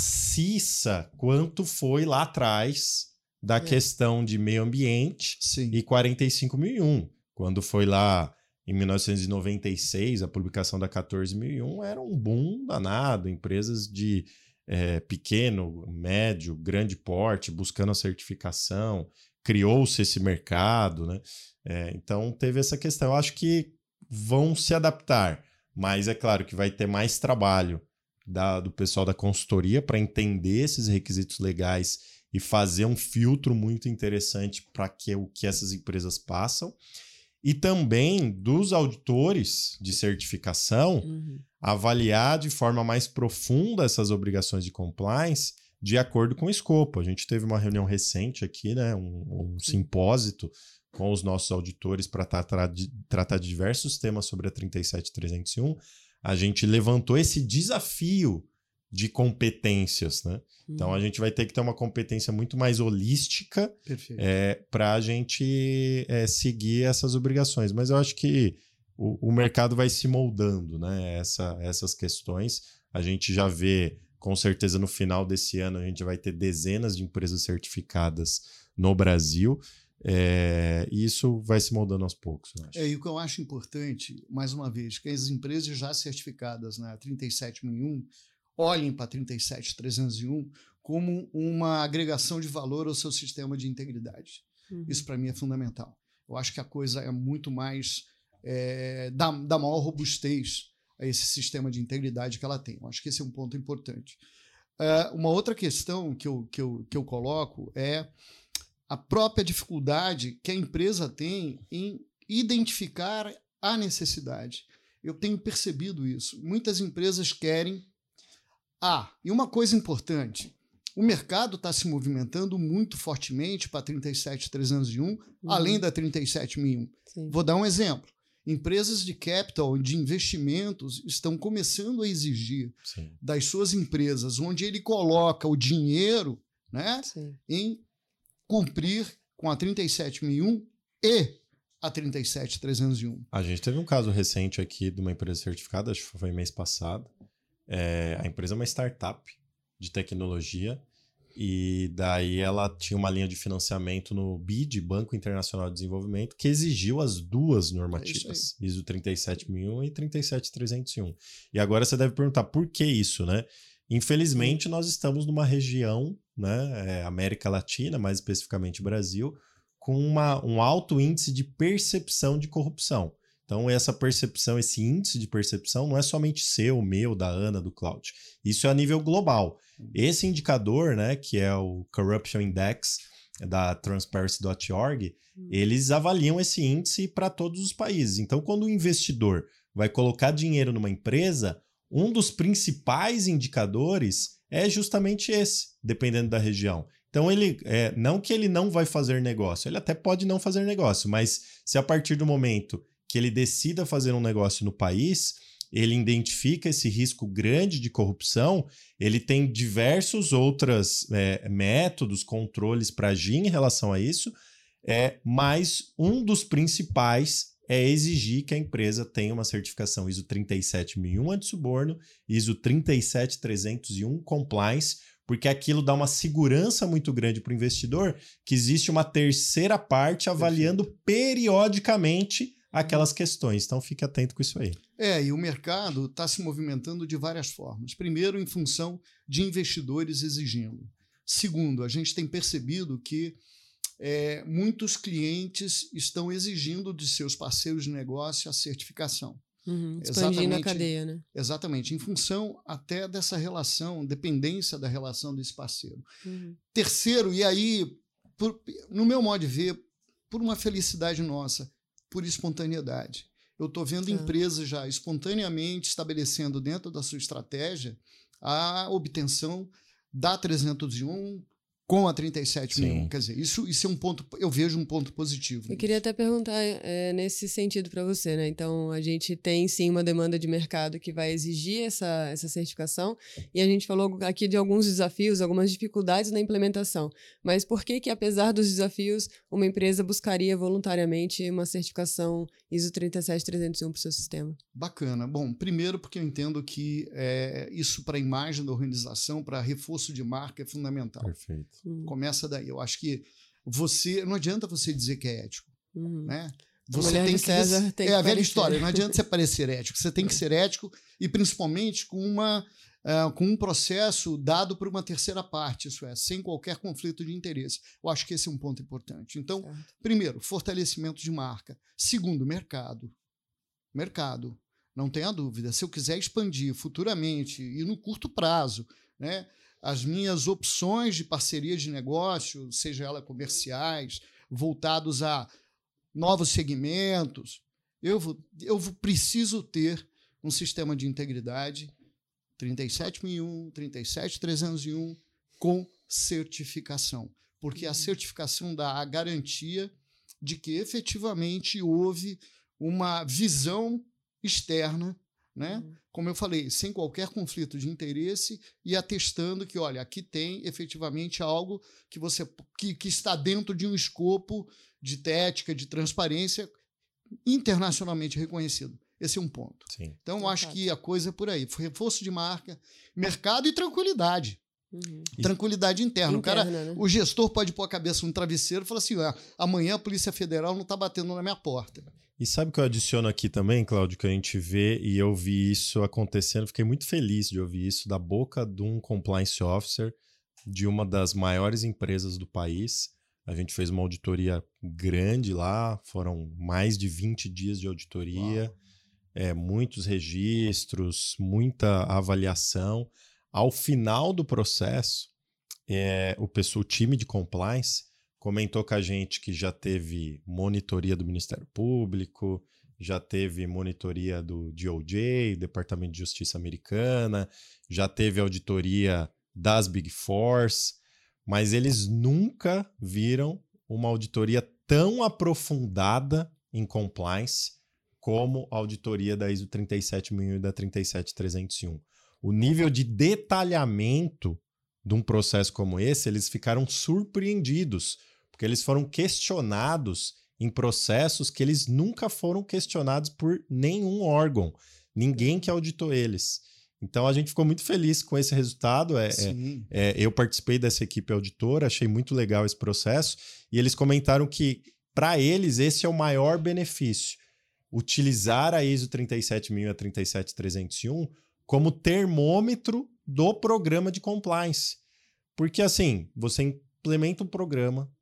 Speaker 1: maciça quanto foi lá atrás da é. questão de meio ambiente
Speaker 3: Sim.
Speaker 1: e quarenta e cinco mil e um. Quando foi lá em mil novecentos e noventa e seis, a publicação da quatorze mil e um era um boom danado. Empresas de é, pequeno, médio, grande porte buscando a certificação. Criou-se esse mercado, né? É, então teve essa questão. Eu acho que vão se adaptar, mas é claro que vai ter mais trabalho da, do pessoal da consultoria para entender esses requisitos legais e fazer um filtro muito interessante para que o que essas empresas passam. E também dos auditores de certificação uhum. avaliar de forma mais profunda essas obrigações de compliance de acordo com o escopo. A gente teve uma reunião recente aqui, né, um, um simpósito com os nossos auditores para tratar de, tratar de diversos temas sobre a trinta e sete trezentos e um. A gente levantou esse desafio de competências, né? Uhum. Então, a gente vai ter que ter uma competência muito mais holística é, para a gente é, seguir essas obrigações. Mas eu acho que o, o mercado vai se moldando, né? Essa, essas questões. A gente já vê, com certeza, no final desse ano, a gente vai ter dezenas de empresas certificadas no Brasil. É, e isso vai se moldando aos poucos, eu acho.
Speaker 3: É, e o que eu acho importante, mais uma vez, que as empresas já certificadas na trinta e sete mil e um olhem para a trinta e sete trezentos e um como uma agregação de valor ao seu sistema de integridade. Uhum. Isso, para mim, é fundamental. Eu acho que a coisa é muito mais... É, dá, dá maior robustez a esse sistema de integridade que ela tem. Eu acho que esse é um ponto importante. Uh, uma outra questão que eu, que, eu, que eu coloco é a própria dificuldade que a empresa tem em identificar a necessidade. Eu tenho percebido isso. Muitas empresas querem... Ah, e uma coisa importante, o mercado está se movimentando muito fortemente para a trinta e sete trezentos e um, uhum. além da trinta e sete mil e um. Sim. Vou dar um exemplo. Empresas de capital, de investimentos, estão começando a exigir Sim. das suas empresas, onde ele coloca o dinheiro, né, em cumprir com a trinta e sete mil e um e a trinta e sete trezentos e um.
Speaker 1: A gente teve um caso recente aqui de uma empresa certificada, acho que foi mês passado. É, a empresa é uma startup de tecnologia e daí ela tinha uma linha de financiamento no B I D, Banco Internacional de Desenvolvimento, que exigiu as duas normativas, é I S O trinta e sete mil e um e trinta e sete trezentos e um. E agora você deve perguntar por que isso, né? Infelizmente, nós estamos numa região, né, é, América Latina, mais especificamente Brasil, com uma, um alto índice de percepção de corrupção. Então, essa percepção, esse índice de percepção não é somente seu, meu, da Ana, do Cláudio. Isso é a nível global. Esse indicador, né, que é o Corruption Index da Transparency ponto org, hum. eles avaliam esse índice para todos os países. Então, quando o investidor vai colocar dinheiro numa empresa, um dos principais indicadores é justamente esse, dependendo da região. Então, ele é, não que ele não vai fazer negócio, ele até pode não fazer negócio, mas se a partir do momento que ele decida fazer um negócio no país, ele identifica esse risco grande de corrupção, ele tem diversos outros é, métodos, controles para agir em relação a isso, é, mas um dos principais é exigir que a empresa tenha uma certificação I S O trinta e sete mil e um anti-suborno, I S O trinta e sete trezentos e um compliance, porque aquilo dá uma segurança muito grande para o investidor, que existe uma terceira parte avaliando Perfeito. periodicamente aquelas questões. Então, fique atento com isso aí.
Speaker 3: É, e o mercado está se movimentando de várias formas. Primeiro, em função de investidores exigindo. Segundo, a gente tem percebido que é, muitos clientes estão exigindo de seus parceiros de negócio a certificação.
Speaker 2: Uhum, expandindo a cadeia, né?
Speaker 3: Exatamente, em função até dessa relação, dependência da relação desse parceiro.
Speaker 2: Uhum.
Speaker 3: Terceiro, e aí, por, no meu modo de ver, por uma felicidade nossa, por espontaneidade. Eu estou vendo ah. empresas já espontaneamente estabelecendo dentro da sua estratégia a obtenção da trezentos e um com a trinta e sete mil. Quer dizer, isso, isso é um ponto, eu vejo um ponto positivo.
Speaker 2: Eu queria até perguntar é, nesse sentido para você, né? Então, a gente tem sim uma demanda de mercado que vai exigir essa, essa certificação, e a gente falou aqui de alguns desafios, algumas dificuldades na implementação. Mas por que que, apesar dos desafios, uma empresa buscaria voluntariamente uma certificação I S O trinta e sete trezentos e um para o seu sistema?
Speaker 3: Bacana. Bom, primeiro porque eu entendo que é, isso para a imagem da organização, para reforço de marca, é fundamental.
Speaker 1: Perfeito.
Speaker 3: Hum. Começa daí. Eu acho que você não adianta você dizer que é ético, uhum. né? Você tem que,
Speaker 2: César tem
Speaker 3: é
Speaker 2: que
Speaker 3: a velha
Speaker 2: parecer.
Speaker 3: história. Não adianta você parecer ético. Você tem que ser ético e principalmente com uma uh, com um processo dado por uma terceira parte, isso é, sem qualquer conflito de interesse. Eu acho que esse é um ponto importante. Então, certo. Primeiro, fortalecimento de marca. Segundo, mercado. Mercado. Não tenha dúvida. Se eu quiser expandir futuramente e no curto prazo, né? As minhas opções de parceria de negócio, seja ela comerciais, voltados a novos segmentos, eu, vou, eu vou, preciso ter um sistema de integridade trinta e sete mil e um, trinta e sete trezentos e um com certificação, porque a certificação dá a garantia de que efetivamente houve uma visão externa, né? Uhum. Como eu falei, sem qualquer conflito de interesse e atestando que, olha, aqui tem efetivamente algo que, você, que, que está dentro de um escopo de ética, de transparência internacionalmente reconhecido. Esse é um ponto.
Speaker 1: Sim.
Speaker 3: Então, eu
Speaker 2: Exato.
Speaker 3: acho que a coisa é por aí. Reforço de marca, mercado e tranquilidade.
Speaker 2: Uhum.
Speaker 3: Tranquilidade interna.
Speaker 2: interna
Speaker 3: O, cara,
Speaker 2: né?
Speaker 3: o gestor pode pôr a cabeça no travesseiro e falar assim, ah, amanhã a Polícia Federal não está batendo na minha porta.
Speaker 1: E sabe o que eu adiciono aqui também, Cláudio, que a gente vê, e eu vi isso acontecendo, fiquei muito feliz de ouvir isso da boca de um compliance officer de uma das maiores empresas do país. A gente fez uma auditoria grande lá, foram mais de vinte dias de auditoria, é, muitos registros, muita avaliação. Ao final do processo, é, o, pessoal, o time de compliance comentou com a gente que já teve monitoria do Ministério Público, já teve monitoria do D O J, Departamento de Justiça Americana, já teve auditoria das Big Fours, mas eles nunca viram uma auditoria tão aprofundada em compliance como a auditoria da I S O trinta e sete mil e da trinta e sete trezentos e um. O nível de detalhamento de um processo como esse, eles ficaram surpreendidos, porque eles foram questionados em processos que eles nunca foram questionados por nenhum órgão, ninguém que auditou eles. Então a gente ficou muito feliz com esse resultado. É, é, é, eu participei dessa equipe auditora, achei muito legal esse processo, e eles comentaram que, para eles, esse é o maior benefício: utilizar a I S O trinta e sete mil e a trinta e sete trezentos e um como termômetro do programa de compliance. Porque, assim, você implementa um programa,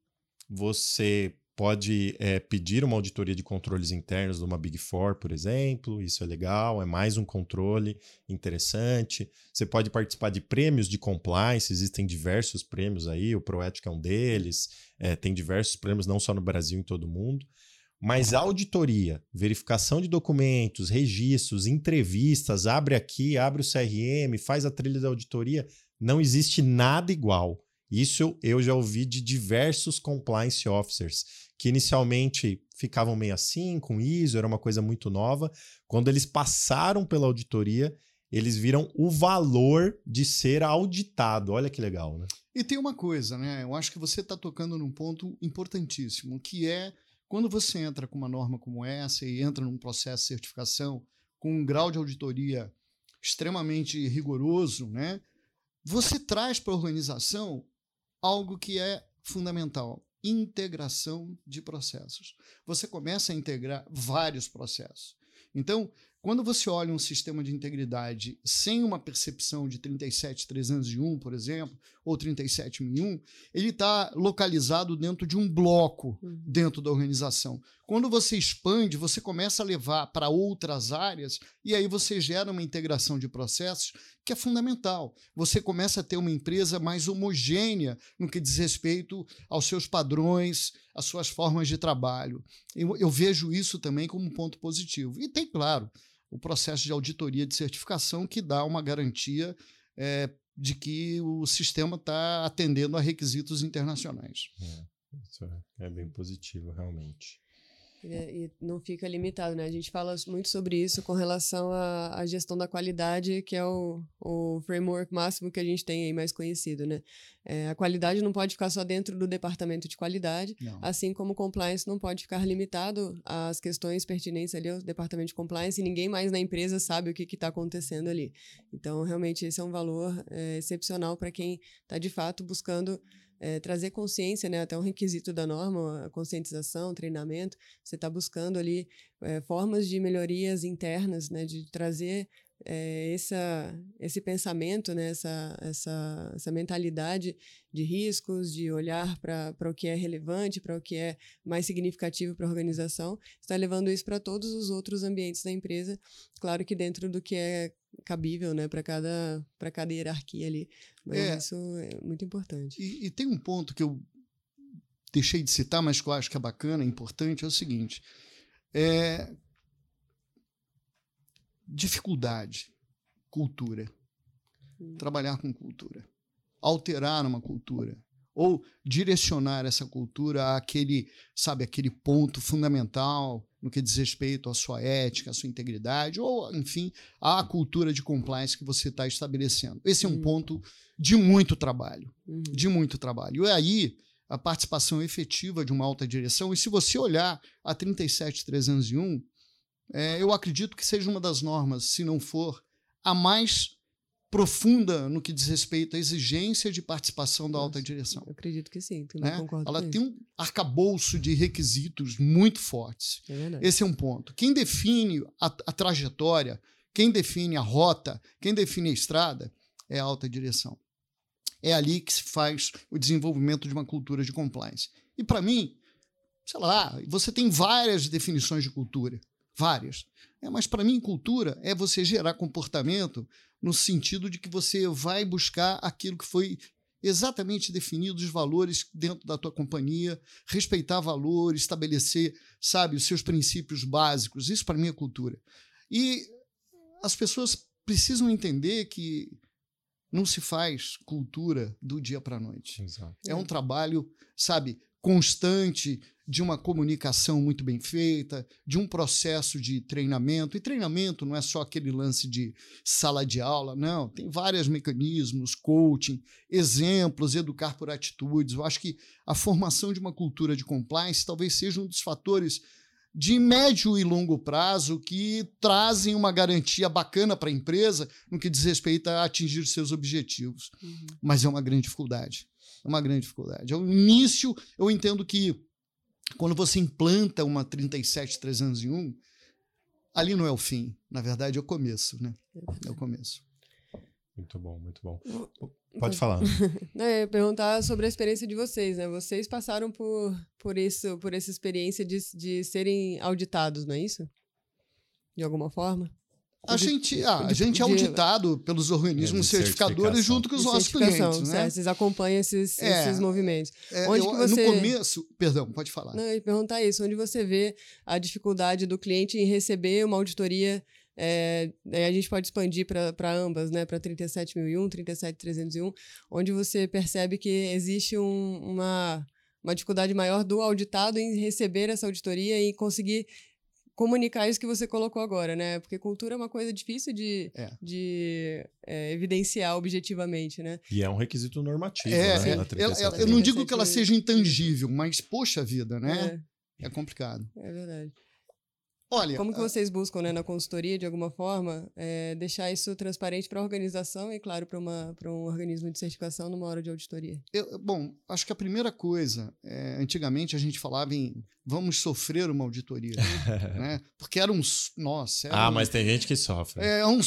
Speaker 1: você pode é, pedir uma auditoria de controles internos de uma Big Four, por exemplo. Isso é legal, é mais um controle interessante. Você pode participar de prêmios de compliance, existem diversos prêmios aí, o ProEtica é um deles, é, tem diversos prêmios, não só no Brasil, em todo o mundo. Mas a auditoria, verificação de documentos, registros, entrevistas, abre aqui, abre o C R M, faz a trilha da auditoria, não existe nada igual. Isso eu já ouvi de diversos compliance officers, que inicialmente ficavam meio assim com I S O, era uma coisa muito nova. Quando eles passaram pela auditoria, eles viram o valor de ser auditado. Olha que legal, né?
Speaker 3: E tem uma coisa, né? Eu acho que você está tocando num ponto importantíssimo, que é quando você entra com uma norma como essa e entra num processo de certificação com um grau de auditoria extremamente rigoroso, né? Você traz para a organização algo que é fundamental: integração de processos. Você começa a integrar vários processos. Então, quando você olha um sistema de integridade sem uma percepção de trinta e sete trezentos e um, por exemplo, ou trinta e sete mil e um, ele está localizado dentro de um bloco uhum. dentro da organização. Quando você expande, você começa a levar para outras áreas e aí você gera uma integração de processos que é fundamental. Você começa a ter uma empresa mais homogênea no que diz respeito aos seus padrões, às suas formas de trabalho. Eu, eu vejo isso também como um ponto positivo. E tem, claro, o processo de auditoria de certificação que dá uma garantia é, de que o sistema está atendendo a requisitos internacionais.
Speaker 1: É, isso é, é bem positivo, realmente.
Speaker 2: E, e não fica limitado, né? A gente fala muito sobre isso com relação à, à gestão da qualidade, que é o, o framework máximo que a gente tem aí mais conhecido, né? É, a qualidade não pode ficar só dentro do departamento de qualidade,
Speaker 3: Não.
Speaker 2: assim como o compliance não pode ficar limitado às questões pertinentes ali ao departamento de compliance, e ninguém mais na empresa sabe o que está acontecendo ali. Então, realmente, esse é um valor é, excepcional para quem está, de fato, buscando É, trazer consciência, né, até um requisito da norma, a conscientização, treinamento. Você está buscando ali é, formas de melhorias internas, né, de trazer é, essa, esse pensamento, né, essa, essa, essa mentalidade de riscos, de olhar para o que é relevante, para o que é mais significativo para a organização. Está levando isso para todos os outros ambientes da empresa, claro que dentro do que é cabível, né, para cada, para cada hierarquia ali. Mas
Speaker 3: É.
Speaker 2: isso é muito importante.
Speaker 3: E, e tem um ponto que eu deixei de citar, mas que eu acho que é bacana, é importante, é o seguinte. É... Dificuldade, cultura. Hum. Trabalhar com cultura. Alterar uma cultura. Ou direcionar essa cultura àquele, sabe, aquele ponto fundamental no que diz respeito à sua ética, à sua integridade, ou, enfim, à cultura de compliance que você está estabelecendo. Esse é um hum. ponto de muito trabalho, uhum. de muito trabalho. E aí, a participação efetiva de uma alta direção, e se você olhar a trinta e sete mil trezentos e um, é, eu acredito que seja uma das normas, se não for a mais profunda no que diz respeito à exigência de participação da
Speaker 2: Nossa,
Speaker 3: alta direção.
Speaker 2: Eu acredito que sim,
Speaker 3: né?
Speaker 2: concordo
Speaker 3: Ela
Speaker 2: com
Speaker 3: tem
Speaker 2: isso.
Speaker 3: um arcabouço de requisitos muito fortes.
Speaker 2: É verdade.
Speaker 3: Esse é um ponto. Quem define a, a trajetória, quem define a rota, quem define a estrada é a alta direção. É ali que se faz o desenvolvimento de uma cultura de compliance. E, para mim, sei lá, você tem várias definições de cultura, várias. É, mas, para mim, cultura é você gerar comportamento no sentido de que você vai buscar aquilo que foi exatamente definido, os valores dentro da tua companhia, respeitar valores, estabelecer, sabe, os seus princípios básicos. Isso, para mim, é cultura. E as pessoas precisam entender que não se faz cultura do dia para a noite.
Speaker 1: Exato.
Speaker 3: É um trabalho, sabe, constante, de uma comunicação muito bem feita, de um processo de treinamento. E treinamento não é só aquele lance de sala de aula, não. Tem vários mecanismos, coaching, exemplos, educar por atitudes. Eu acho que a formação de uma cultura de compliance talvez seja um dos fatores de médio e longo prazo que trazem uma garantia bacana para a empresa no que diz respeito a atingir seus objetivos. Uhum. Mas é uma grande dificuldade. É uma grande dificuldade. Ao início, eu entendo que quando você implanta uma trinta e sete mil trezentos e um, ali não é o fim. Na verdade, é o começo, né? É o começo.
Speaker 1: Muito bom, muito bom. Pode falar.
Speaker 2: Eu ia perguntar sobre a experiência de vocês, né? Vocês passaram por, por, isso, por essa experiência de, de serem auditados, não é isso? De alguma forma?
Speaker 3: A
Speaker 2: de,
Speaker 3: gente, ah,
Speaker 2: de,
Speaker 3: a gente é auditado pelos organismos
Speaker 1: é,
Speaker 3: certificadores junto com os nossos clientes, né?
Speaker 2: Certo, vocês acompanham esses,
Speaker 3: é,
Speaker 2: esses movimentos.
Speaker 3: É,
Speaker 2: onde
Speaker 3: eu,
Speaker 2: que você...
Speaker 3: No começo... Perdão, pode falar.
Speaker 2: Não, eu ia perguntar isso. Onde você vê a dificuldade do cliente em receber uma auditoria? É, a gente pode expandir para ambas, né? Para trinta e sete mil e um, trinta e sete mil trezentos e um, onde você percebe que existe um, uma, uma dificuldade maior do auditado em receber essa auditoria e conseguir comunicar isso que você colocou agora, né? Porque cultura é uma coisa difícil de,
Speaker 3: é.
Speaker 2: de é, evidenciar objetivamente, né?
Speaker 1: E é um requisito normativo,
Speaker 3: é,
Speaker 1: né?
Speaker 3: É, eu, eu, eu não digo que ela seja intangível, mas, poxa vida, né? É, é complicado.
Speaker 2: É verdade.
Speaker 3: Olha,
Speaker 2: como que vocês buscam, né, na consultoria, de alguma forma, é, deixar isso transparente para a organização e, claro, para um organismo de certificação numa hora de auditoria?
Speaker 3: Eu, bom, acho que a primeira coisa, é, antigamente a gente falava em vamos sofrer uma auditoria, né? Porque era um... Nossa, era
Speaker 1: ah,
Speaker 3: um,
Speaker 1: mas tem gente que sofre.
Speaker 3: É, um,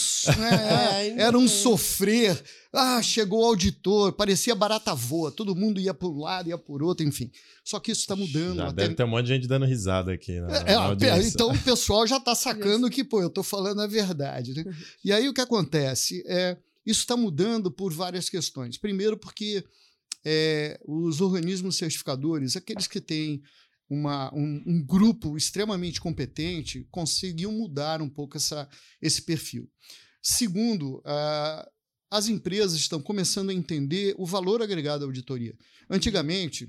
Speaker 3: né, é, era um sofrer. Ah, chegou o auditor, parecia barata voa, todo mundo ia por um lado, ia por outro, enfim. Só que isso está mudando.
Speaker 1: Já
Speaker 3: até...
Speaker 1: deve ter um monte de gente dando risada aqui. Na,
Speaker 3: é,
Speaker 1: na
Speaker 3: então o pessoal já está sacando que, pô, eu estou falando a verdade, né? E aí o que acontece? É, isso está mudando por várias questões. Primeiro porque é, os organismos certificadores, aqueles que têm Uma, um, um grupo extremamente competente, conseguiu mudar um pouco essa, esse perfil. Segundo, uh, as empresas estão começando a entender o valor agregado da auditoria. Antigamente,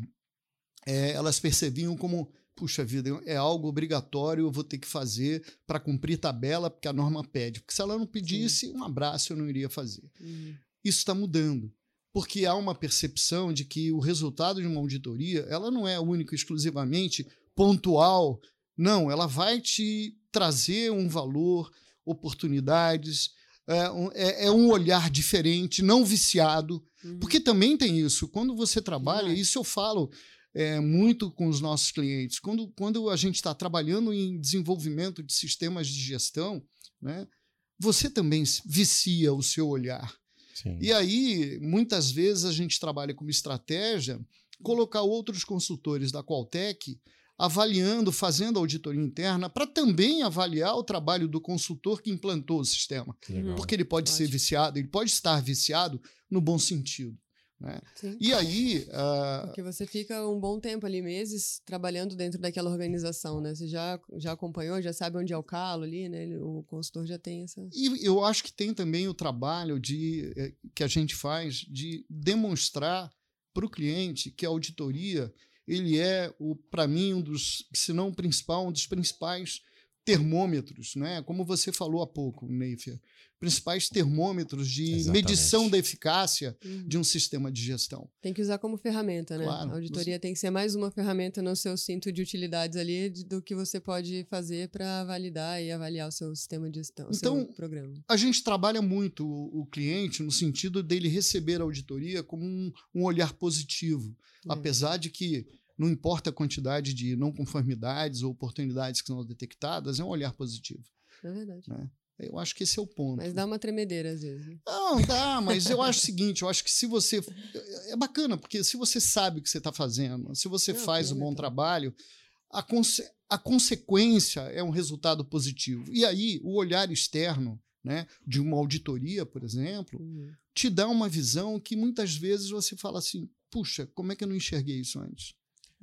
Speaker 3: é, elas percebiam como, puxa vida, é algo obrigatório, eu vou ter que fazer para cumprir tabela, porque a norma pede. Porque se ela não pedisse, Sim. um abraço eu não iria fazer. Uhum. Isso está mudando, porque há uma percepção de que o resultado de uma auditoria ela não é única, exclusivamente pontual. Não, ela vai te trazer um valor, oportunidades, é, é um olhar diferente, não viciado, uhum. porque também tem isso. Quando você trabalha, uhum. isso eu falo é, muito com os nossos clientes, quando, quando a gente está trabalhando em desenvolvimento de sistemas de gestão, né, você também vicia o seu olhar. Sim. E aí, muitas vezes, a gente trabalha como estratégia colocar outros consultores da Qualtec avaliando, fazendo auditoria interna, para também avaliar o trabalho do consultor que implantou o sistema. Legal. Porque ele pode Ótimo. ser viciado, ele pode estar viciado no bom sentido. Né? E aí... Uh...
Speaker 2: Porque você fica um bom tempo ali, meses, trabalhando dentro daquela organização, né? Você já, já acompanhou, já sabe onde é o calo ali, né? O consultor já tem essa...
Speaker 3: E eu acho que tem também o trabalho de, que a gente faz de demonstrar para o cliente que a auditoria ele é, para mim, um dos, se não o principal, um dos principais termômetros, né? Como você falou há pouco, Neifer, principais termômetros de Exatamente. medição da eficácia uhum. de um sistema de gestão.
Speaker 2: Tem que usar como ferramenta, né?
Speaker 3: Claro,
Speaker 2: a auditoria
Speaker 3: você...
Speaker 2: tem que ser mais uma ferramenta no seu cinto de utilidades ali de, do que você pode fazer para validar e avaliar o seu sistema de gestão,
Speaker 3: então,
Speaker 2: o seu programa.
Speaker 3: A gente trabalha muito o, o cliente no sentido dele receber a auditoria como um, um olhar positivo, é. apesar de que não importa a quantidade de não conformidades ou oportunidades que são detectadas, é um olhar positivo.
Speaker 2: É verdade.
Speaker 3: Né? Eu acho que esse é o ponto.
Speaker 2: Mas dá uma tremedeira às vezes. Né?
Speaker 3: Não, dá, mas eu acho o seguinte, eu acho que se você... É bacana, porque se você sabe o que você está fazendo, se você não, faz um bom trabalho, a, conse... a consequência é um resultado positivo. E aí, o olhar externo, né, de uma auditoria, por exemplo, uhum. te dá uma visão que muitas vezes você fala assim, puxa, como é que eu não enxerguei isso antes?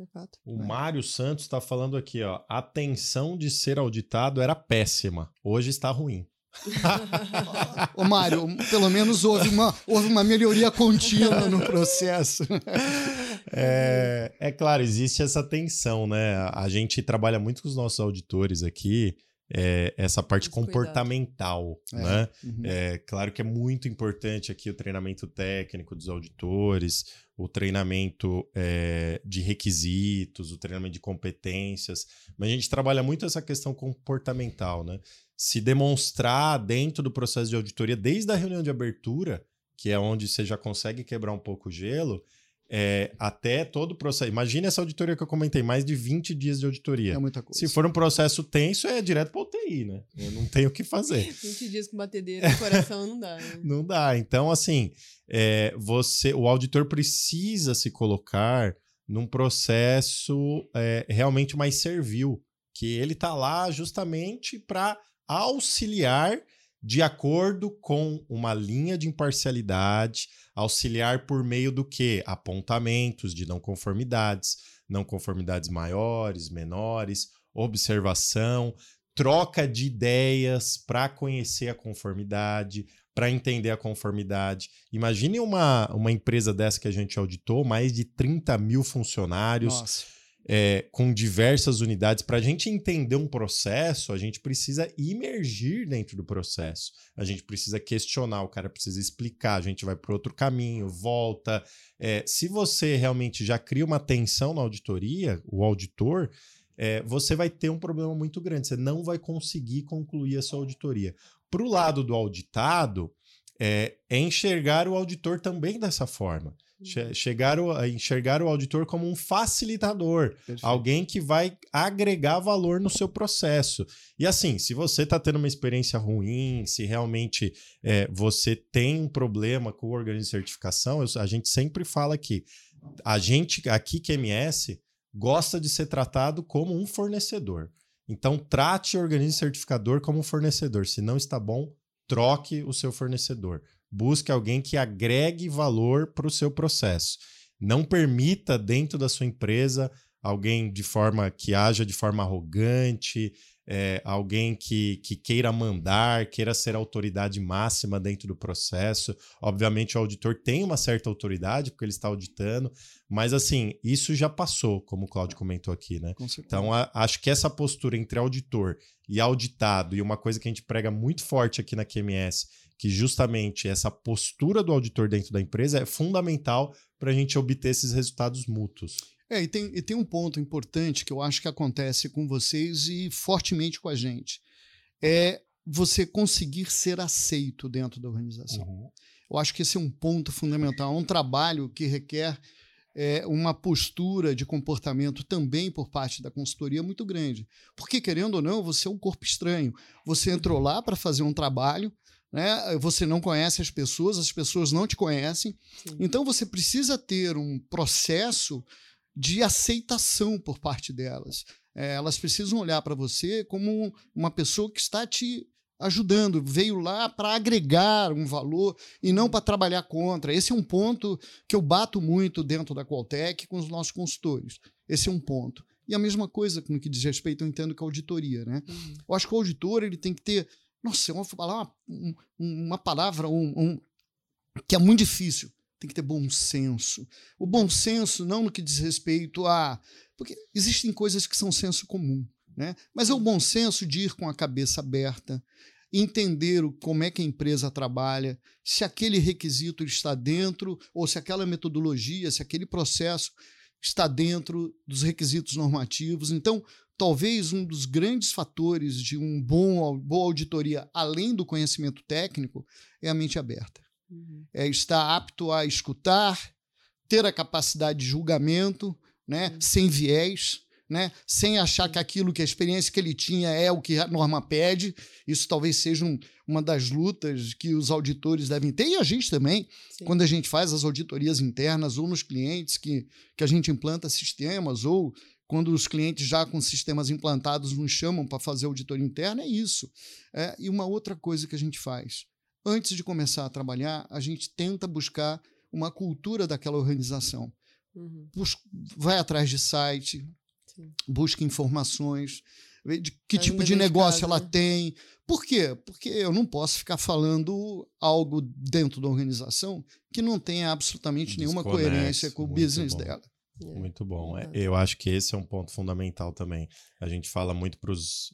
Speaker 1: O Mário Santos está falando aqui, ó, a tensão de ser auditado era péssima, hoje está ruim.
Speaker 3: Ô Mário, pelo menos houve uma, houve uma melhoria contínua no processo.
Speaker 1: É, é claro, existe essa tensão, né? A gente trabalha muito com os nossos auditores aqui, é, essa parte Mas comportamental, cuidado. né? É, uhum. é claro que é muito importante aqui o treinamento técnico dos auditores, o treinamento é, de requisitos, o treinamento de competências, mas a gente trabalha muito essa questão comportamental, né? Se demonstrar dentro do processo de auditoria, desde a reunião de abertura, que é onde você já consegue quebrar um pouco o gelo, É, até todo o processo. Imagina essa auditoria que eu comentei, mais de vinte dias de auditoria.
Speaker 3: É muita coisa.
Speaker 1: Se for um processo tenso, é direto para U T I, né? Eu não tenho o que fazer.
Speaker 2: vinte dias com batedeira no coração não dá, né?
Speaker 1: Não dá. Então, assim, é, você, o auditor precisa se colocar num processo é, realmente mais servil, que ele está lá justamente para auxiliar de acordo com uma linha de imparcialidade, auxiliar por meio do quê? Apontamentos de não conformidades, não conformidades maiores, menores, observação, troca de ideias para conhecer a conformidade, para entender a conformidade. Imagine uma, uma empresa dessa que a gente auditou, mais de trinta mil funcionários.
Speaker 3: Nossa.
Speaker 1: É, com diversas unidades. Para a gente entender um processo, a gente precisa imergir dentro do processo. A gente precisa questionar, o cara precisa explicar, a gente vai para outro caminho, volta. É, se você realmente já cria uma tensão na auditoria, o auditor, é, você vai ter um problema muito grande. Você não vai conseguir concluir a sua auditoria. Para o lado do auditado, é, é enxergar o auditor também dessa forma. Chegar o, enxergar o auditor como um facilitador, Perfeito. alguém que vai agregar valor no seu processo. E assim, se você está tendo uma experiência ruim, se realmente é, você tem um problema com o organismo de certificação, eu, a gente sempre fala que a gente aqui, Q M S, gosta de ser tratado como um fornecedor. Então, trate o organismo certificador como um fornecedor. Se não está bom, troque o seu fornecedor. Busque alguém que agregue valor para o seu processo. Não permita dentro da sua empresa alguém de forma que haja de forma arrogante, é, alguém que, que queira mandar, queira ser a autoridade máxima dentro do processo. Obviamente o auditor tem uma certa autoridade, porque ele está auditando, mas assim, isso já passou, como o Cláudio comentou aqui, né? Então, a, acho que essa postura entre auditor e auditado, e uma coisa que a gente prega muito forte aqui na Q M S, que justamente essa postura do auditor dentro da empresa é fundamental para a gente obter esses resultados mútuos.
Speaker 3: É, e tem, e tem um ponto importante que eu acho que acontece com vocês e fortemente com a gente. É você conseguir ser aceito dentro da organização. Uhum. Eu acho que esse é um ponto fundamental. É um trabalho que requer é, uma postura de comportamento também por parte da consultoria muito grande. Porque, querendo ou não, você é um corpo estranho. Você entrou lá para fazer um trabalho, né? Você não conhece as pessoas, as pessoas não te conhecem. Sim. Então, você precisa ter um processo de aceitação por parte delas. É, elas precisam olhar para você como uma pessoa que está te ajudando, veio lá para agregar um valor e não para trabalhar contra. Esse é um ponto que eu bato muito dentro da Qualtec com os nossos consultores. Esse é um ponto. E a mesma coisa no que diz respeito, eu entendo que a auditoria, né? Uhum. Eu acho que o auditor ele tem que ter... Nossa, eu vou falar uma, uma palavra um, um, que é muito difícil. Tem que ter bom senso. O bom senso não no que diz respeito a... Porque existem coisas que são senso comum, né? Mas é o bom senso de ir com a cabeça aberta, entender como é que a empresa trabalha, se aquele requisito está dentro, ou se aquela metodologia, se aquele processo está dentro dos requisitos normativos. Então, talvez um dos grandes fatores de uma boa auditoria, além do conhecimento técnico, é a mente aberta. Uhum. É estar apto a escutar, ter a capacidade de julgamento, né, uhum. sem viés, né, sem achar que aquilo que a experiência que ele tinha é o que a norma pede. Isso talvez seja um, uma das lutas que os auditores devem ter, e a gente também, Sim. quando a gente faz as auditorias internas ou nos clientes que, que a gente implanta sistemas, ou quando os clientes já com sistemas implantados nos chamam para fazer auditoria interna, é isso. É, e uma outra coisa que a gente faz, antes de começar a trabalhar, a gente tenta buscar uma cultura daquela organização. Uhum. Bus- vai atrás de site, Sim. busca informações, de que Faz tipo de negócio casa, ela né? tem. Por quê? Porque eu não posso ficar falando algo dentro da organização que não tenha absolutamente nenhuma coerência com o business bom. dela.
Speaker 1: Muito bom. É, eu acho que esse é um ponto fundamental também. A gente fala muito para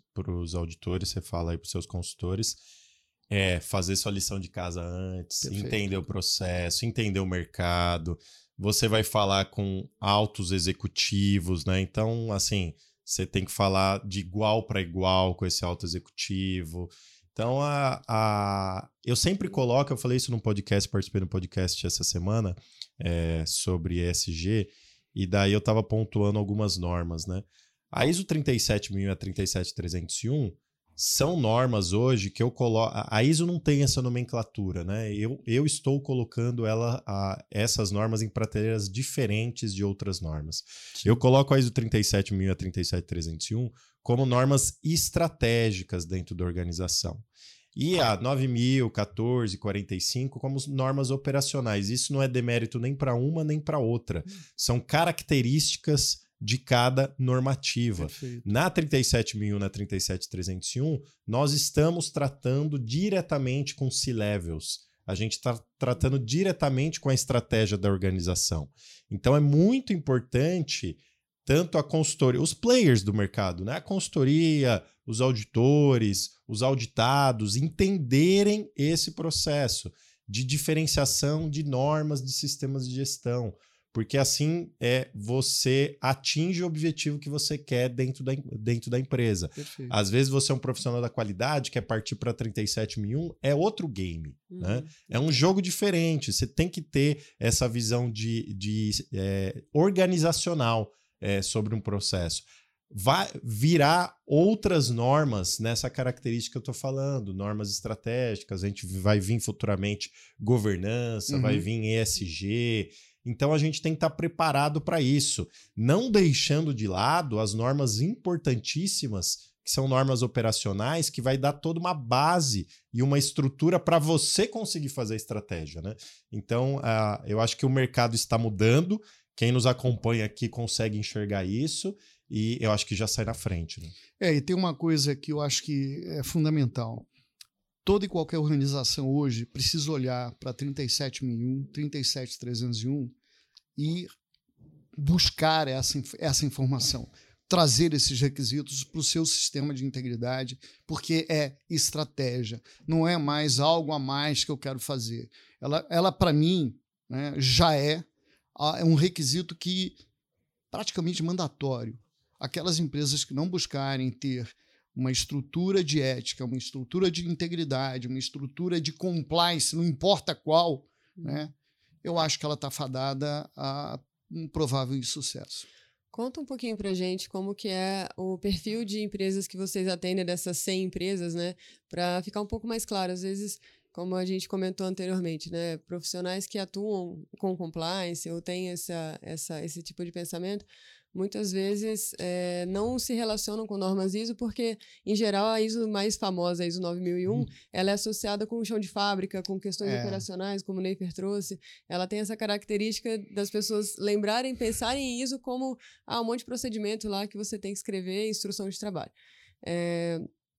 Speaker 1: os auditores, você fala aí para os seus consultores, é fazer sua lição de casa antes, Perfeito. entender o processo, entender o mercado. Você vai falar com altos executivos, né? Então, assim, você tem que falar de igual para igual com esse alto executivo. Então, a, a... eu sempre coloco, eu falei isso num podcast, participei de um podcast essa semana é, sobre E S G, e daí eu estava pontuando algumas normas, né? A ISO trinta e sete mil e a trinta e sete mil trezentos e um são normas hoje que eu coloco... A ISO não tem essa nomenclatura, né? Eu, eu estou colocando ela, a, essas normas em prateleiras diferentes de outras normas. Sim. Eu coloco a ISO trinta e sete mil e a trinta e sete mil trezentos e um como normas estratégicas dentro da organização. E a nove mil, quatorze, quarenta e cinco como normas operacionais. Isso não é demérito nem para uma nem para outra. São características de cada normativa. Perfeito. Na trinta e sete mil, na trinta e sete mil trezentos e um, nós estamos tratando diretamente com C-Levels. A gente está tratando diretamente com a estratégia da organização. Então é muito importante tanto a consultoria, os players do mercado, né? A consultoria, os auditores, os auditados, entenderem esse processo de diferenciação de normas de sistemas de gestão, porque assim é, você atinge o objetivo que você quer dentro da, dentro da empresa. Perfeito. Às vezes você é um profissional da qualidade, quer partir para trinta e sete mil e um, é outro game. Uhum. Né? É um jogo diferente, você tem que ter essa visão de, de é, organizacional é, sobre um processo. Vai virar outras normas nessa característica que eu estou falando, normas estratégicas, a gente vai vir futuramente governança, uhum. vai vir E S G. Então a gente tem que estar preparado para isso, não deixando de lado as normas importantíssimas, que são normas operacionais, que vai dar toda uma base e uma estrutura para você conseguir fazer a estratégia, né? Então uh, eu acho que o mercado está mudando, quem nos acompanha aqui consegue enxergar isso, e eu acho que já sai na frente. Né?
Speaker 3: É, e tem uma coisa que eu acho que é fundamental. Toda e qualquer organização hoje precisa olhar para trinta e sete mil e um, trinta e sete mil trezentos e um e buscar essa, essa informação, trazer esses requisitos para o seu sistema de integridade, porque é estratégia, não é mais algo a mais que eu quero fazer. Ela, ela para mim, né, já é, é um requisito que praticamente mandatório. Aquelas empresas que não buscarem ter uma estrutura de ética, uma estrutura de integridade, uma estrutura de compliance, não importa qual, né, eu acho que ela está fadada a um provável insucesso.
Speaker 2: Conta um pouquinho pra gente como que é o perfil de empresas que vocês atendem, dessas cem empresas, né? Para ficar um pouco mais claro, às vezes, como a gente comentou anteriormente, né? Profissionais que atuam com compliance ou têm essa, essa, esse tipo de pensamento, muitas vezes é, não se relacionam com normas I S O, porque, em geral, a I S O mais famosa, a I S O nove mil e um, hum. ela é associada com o chão de fábrica, com questões é. operacionais, como o Neifer trouxe. Ela tem essa característica das pessoas lembrarem, pensarem em I S O como ah, um monte de procedimento lá que você tem que escrever, instrução de trabalho. É,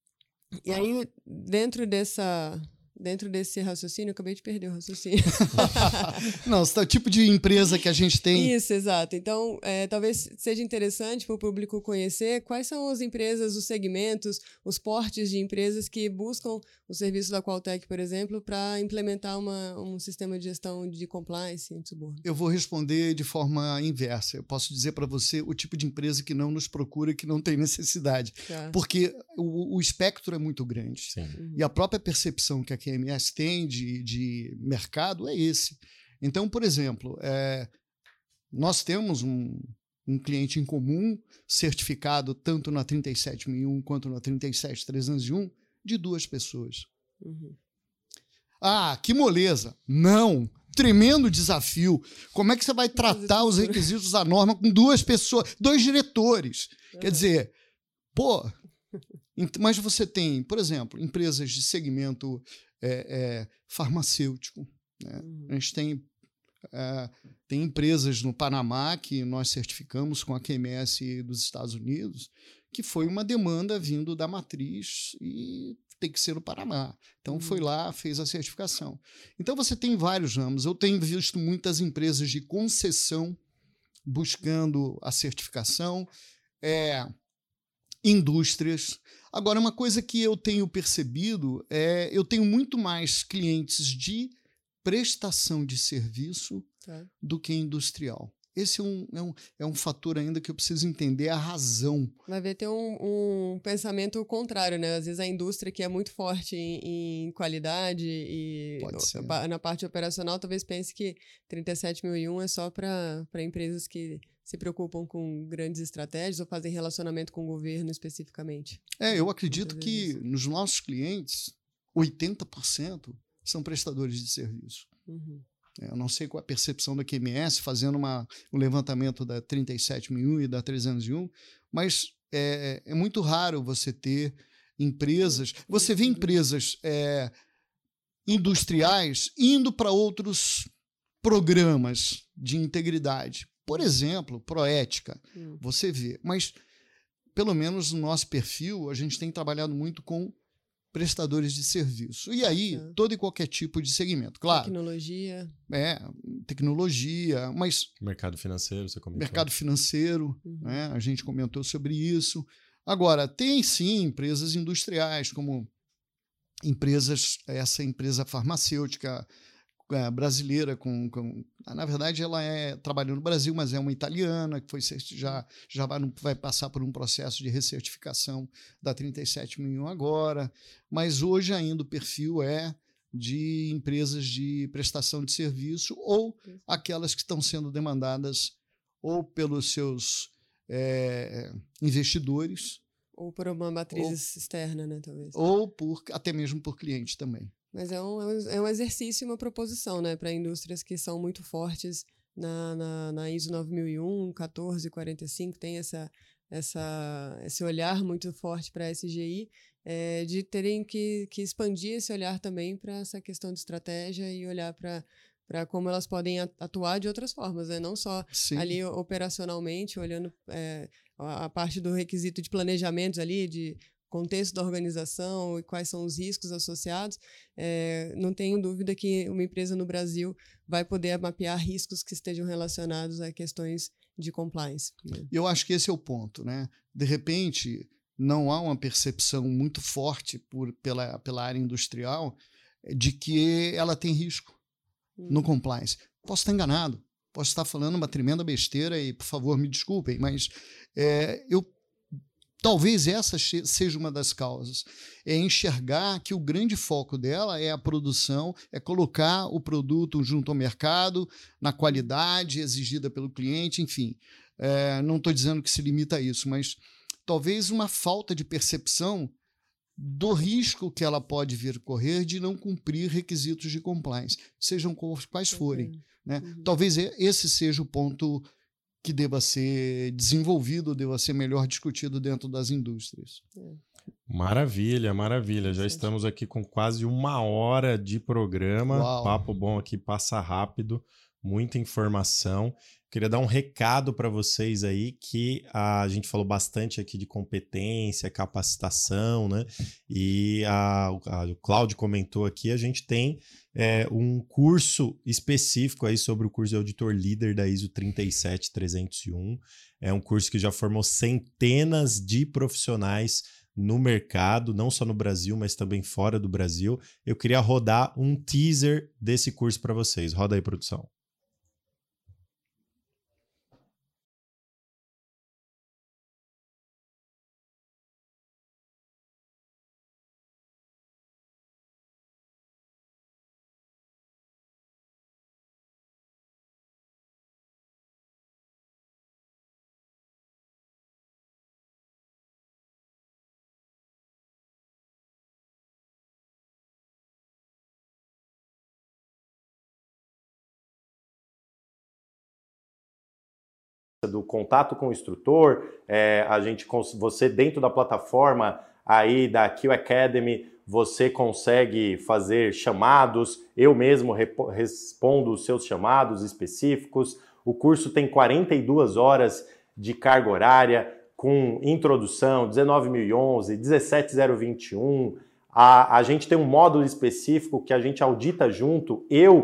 Speaker 2: e aí, dentro dessa... Dentro desse raciocínio, eu acabei de perder o raciocínio.
Speaker 3: Não, esse é o tipo de empresa que a gente tem.
Speaker 2: Isso, exato. Então, é, talvez seja interessante para o público conhecer quais são as empresas, os segmentos, os portes de empresas que buscam o serviço da Qualtech, por exemplo, para implementar uma, um sistema de gestão de compliance em suborno.
Speaker 3: Eu vou responder de forma inversa. Eu posso dizer para você o tipo de empresa que não nos procura, que não tem necessidade. Tá. Porque o, o espectro é muito grande. Sim. Uhum. E a própria percepção que a Q M S tem de, de mercado é esse. Então, por exemplo, é, nós temos um, um cliente em comum certificado tanto na trinta e sete mil e um quanto na trinta e sete mil trezentos e um de duas pessoas. Uhum. Ah, que moleza! Não! Tremendo desafio. Como é que você vai tratar os requisitos da norma com duas pessoas, dois diretores? Uhum. Quer dizer, pô... Mas você tem, por exemplo, empresas de segmento é, é, farmacêutico. Né? Uhum. A gente tem, é, tem empresas no Panamá que nós certificamos com a Q M S dos Estados Unidos, que foi uma demanda vindo da matriz e tem que ser no Panamá. Então, uhum. foi lá, fez a certificação. Então, você tem vários ramos. Eu tenho visto muitas empresas de concessão buscando a certificação, é, indústrias. Agora, uma coisa que eu tenho percebido é eu tenho muito mais clientes de prestação de serviço tá. do que industrial. Esse é um, é, um, é um fator ainda que eu preciso entender a razão.
Speaker 2: Vai ver ter um, um pensamento contrário, né? Às vezes a indústria que é muito forte em, em qualidade e no, na parte operacional talvez pense que trinta e sete mil e um é só para empresas que se preocupam com grandes estratégias ou fazem relacionamento com o governo especificamente.
Speaker 3: É, eu acredito que nos nossos clientes, oitenta por cento são prestadores de serviço. Uhum. Eu não sei qual a percepção da Q M S, fazendo uma, um levantamento da trinta e sete mil e um e da trezentos e um, mas é, é muito raro você ter empresas... Você vê empresas é, industriais indo para outros programas de integridade. Por exemplo, Proética, hum. você vê. Mas, pelo menos no nosso perfil, a gente tem trabalhado muito com prestadores de serviço. E aí, é. todo e qualquer tipo de segmento. Claro.
Speaker 2: Tecnologia.
Speaker 3: É, tecnologia, mas...
Speaker 1: Mercado financeiro, você comentou.
Speaker 3: Mercado financeiro, uhum. né, a gente comentou sobre isso. Agora, tem sim empresas industriais, como empresas, essa empresa farmacêutica é, brasileira, com, com, na verdade ela é, trabalha no Brasil, mas é uma italiana, que foi, já, já vai, vai passar por um processo de recertificação da trinta e sete mil e um agora, mas hoje ainda o perfil é de empresas de prestação de serviço ou aquelas que estão sendo demandadas ou pelos seus é, investidores,
Speaker 2: ou por uma matriz ou, externa, né, talvez.
Speaker 3: Ou por, até mesmo por clientes também.
Speaker 2: Mas é um, é um exercício e uma proposição, né, para indústrias que são muito fortes na, na, na I S O nove mil e um, quatorze quarenta e cinco, tem essa, essa, esse olhar muito forte para a S G I, é, de terem que, que expandir esse olhar também para essa questão de estratégia e olhar para para como elas podem atuar de outras formas, né? Não só
Speaker 3: Sim.
Speaker 2: ali operacionalmente, olhando é, a parte do requisito de planejamentos ali, de contexto da organização e quais são os riscos associados. É, não tenho dúvida que uma empresa no Brasil vai poder mapear riscos que estejam relacionados a questões de compliance.
Speaker 3: Eu acho que esse é o ponto, né? De repente, não há uma percepção muito forte por, pela, pela área industrial de que ela tem risco no compliance. Posso estar enganado, posso estar falando uma tremenda besteira e, por favor, me desculpem, mas é, eu, talvez essa seja uma das causas. É enxergar que o grande foco dela é a produção, é colocar o produto junto ao mercado, na qualidade exigida pelo cliente, enfim. É, não estou dizendo que se limita a isso, mas talvez uma falta de percepção do risco que ela pode vir correr de não cumprir requisitos de compliance, sejam quais forem. Uhum. Né? Uhum. Talvez esse seja o ponto que deva ser desenvolvido, deva ser melhor discutido dentro das indústrias.
Speaker 1: Maravilha, maravilha. Já estamos aqui com quase uma hora de programa.
Speaker 3: Uau.
Speaker 1: Papo bom aqui, passa rápido, muita informação. Queria dar um recado para vocês aí que a gente falou bastante aqui de competência, capacitação, né? E a, a, o Cláudio comentou aqui, a gente tem é, um curso específico aí sobre o curso de auditor líder da I S O trinta e sete trezentos e um. É um curso que já formou centenas de profissionais no mercado, não só no Brasil, mas também fora do Brasil. Eu queria rodar um teaser desse curso para vocês. Roda aí, produção. Do contato com o instrutor, é, a gente, você dentro da plataforma aí da Q Academy, você consegue fazer chamados, eu mesmo respondo os seus chamados específicos. O curso tem quarenta e duas horas de carga horária, com introdução, dezenove mil e onze, dezessete mil e vinte e um. A, a gente tem um módulo específico que a gente audita junto, eu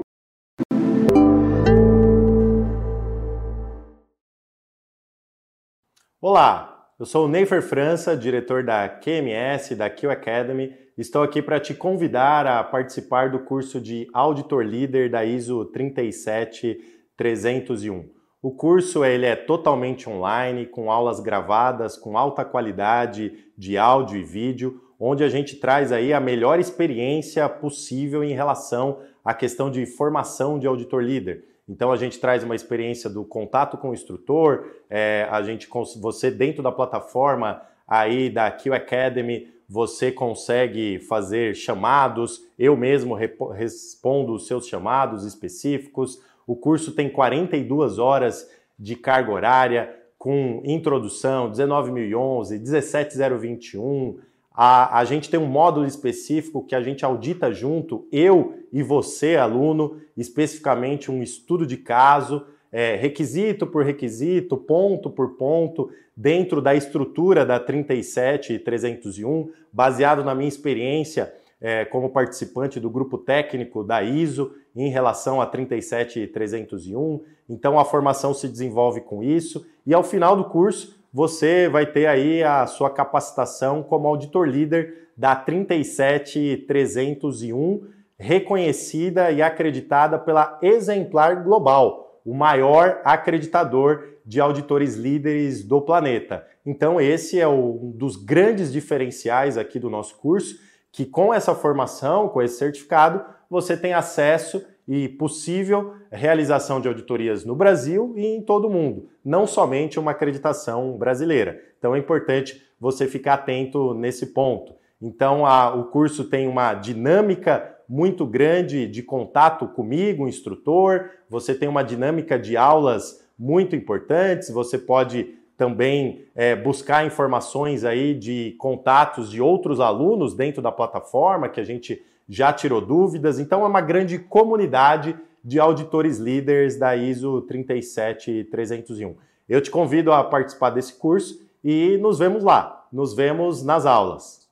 Speaker 1: Olá, eu sou o Neifer França, diretor da Q M S, da Q Academy. Estou aqui para te convidar a participar do curso de Auditor Líder da I S O trinta e sete trezentos e um. O curso ele é totalmente online, com aulas gravadas, com alta qualidade de áudio e vídeo, onde a gente traz aí a melhor experiência possível em relação à questão de formação de Auditor Líder. Então a gente traz uma experiência do contato com o instrutor, é, a gente, você dentro da plataforma aí da Q Academy, você consegue fazer chamados, eu mesmo respondo os seus chamados específicos. O curso tem quarenta e duas horas de carga horária, com introdução, dezenove mil e onze, dezessete mil e vinte e um. A, a gente tem um módulo específico que a gente audita junto, eu e você, aluno, especificamente um estudo de caso, é, requisito por requisito, ponto por ponto, dentro da estrutura da trinta e sete trezentos e um, baseado na minha experiência é, como participante do grupo técnico da I S O em relação a trinta e sete trezentos e um. Então a formação se desenvolve com isso e ao final do curso você vai ter aí a sua capacitação como auditor líder da trinta e sete trezentos e um, reconhecida e acreditada pela Exemplar Global, o maior acreditador de auditores líderes do planeta. Então esse é um dos grandes diferenciais aqui do nosso curso, que com essa formação, com esse certificado, você tem acesso e possível realização de auditorias no Brasil e em todo o mundo, não somente uma acreditação brasileira. Então é importante você ficar atento nesse ponto. Então a, o curso tem uma dinâmica muito grande de contato comigo, instrutor, você tem uma dinâmica de aulas muito importantes, você pode também é, buscar informações aí de contatos de outros alunos dentro da plataforma, que a gente já tirou dúvidas. Então é uma grande comunidade de auditores líderes da I S O trinta e sete trezentos e um. Eu te convido a participar desse curso e nos vemos lá, nos vemos nas aulas.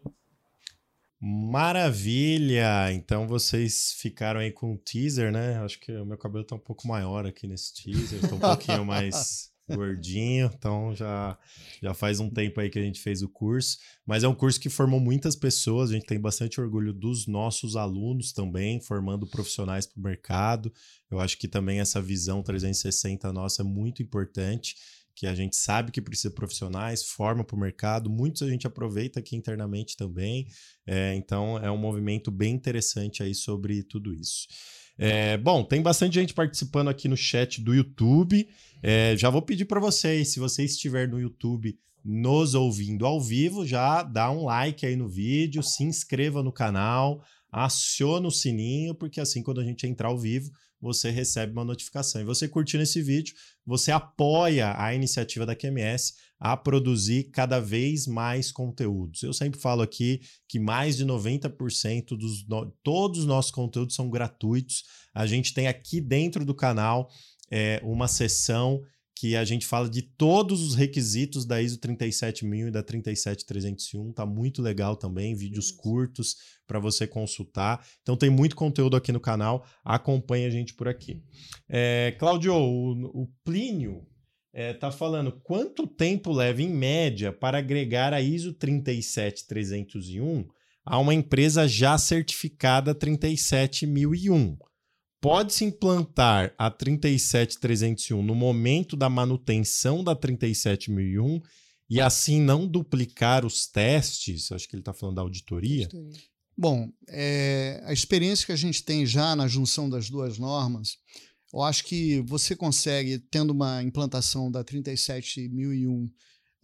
Speaker 1: Maravilha! Então vocês ficaram aí com um teaser, né? Acho que o meu cabelo tá um pouco maior aqui nesse teaser, tô um pouquinho mais gordinho, então já, já faz um tempo aí que a gente fez o curso, mas é um curso que formou muitas pessoas, a gente tem bastante orgulho dos nossos alunos também, formando profissionais para o mercado. Eu acho que também essa visão trezentos e sessenta nossa é muito importante, que a gente sabe que precisa de profissionais, forma para o mercado, muitos a gente aproveita aqui internamente também, é, então é um movimento bem interessante aí sobre tudo isso. É, bom, tem bastante gente participando aqui no chat do YouTube, é, já vou pedir para vocês, se você estiver no YouTube nos ouvindo ao vivo, já dá um like aí no vídeo, se inscreva no canal, aciona o sininho, porque assim quando a gente entrar ao vivo, você recebe uma notificação. E você curtindo esse vídeo, você apoia a iniciativa da Q M S a produzir cada vez mais conteúdos. Eu sempre falo aqui que mais de noventa por cento dos no... todos os nossos conteúdos são gratuitos. A gente tem aqui dentro do canal é, uma seção que a gente fala de todos os requisitos da I S O trinta e sete mil e da trinta e sete trezentos e um. Tá muito legal também, vídeos curtos para você consultar. Então tem muito conteúdo aqui no canal, acompanha a gente por aqui. É, Cláudio, o, o Plínio é, tá falando quanto tempo leva em média para agregar a I S O trinta e sete trezentos e um a uma empresa já certificada trinta e sete mil e um. Pode-se implantar a trinta e sete trezentos e um no momento da manutenção da trinta e sete mil e um e assim não duplicar os testes? Acho que ele está falando da auditoria. auditoria.
Speaker 3: Bom, é, a experiência que a gente tem já na junção das duas normas, eu acho que você consegue, tendo uma implantação da trinta e sete mil e um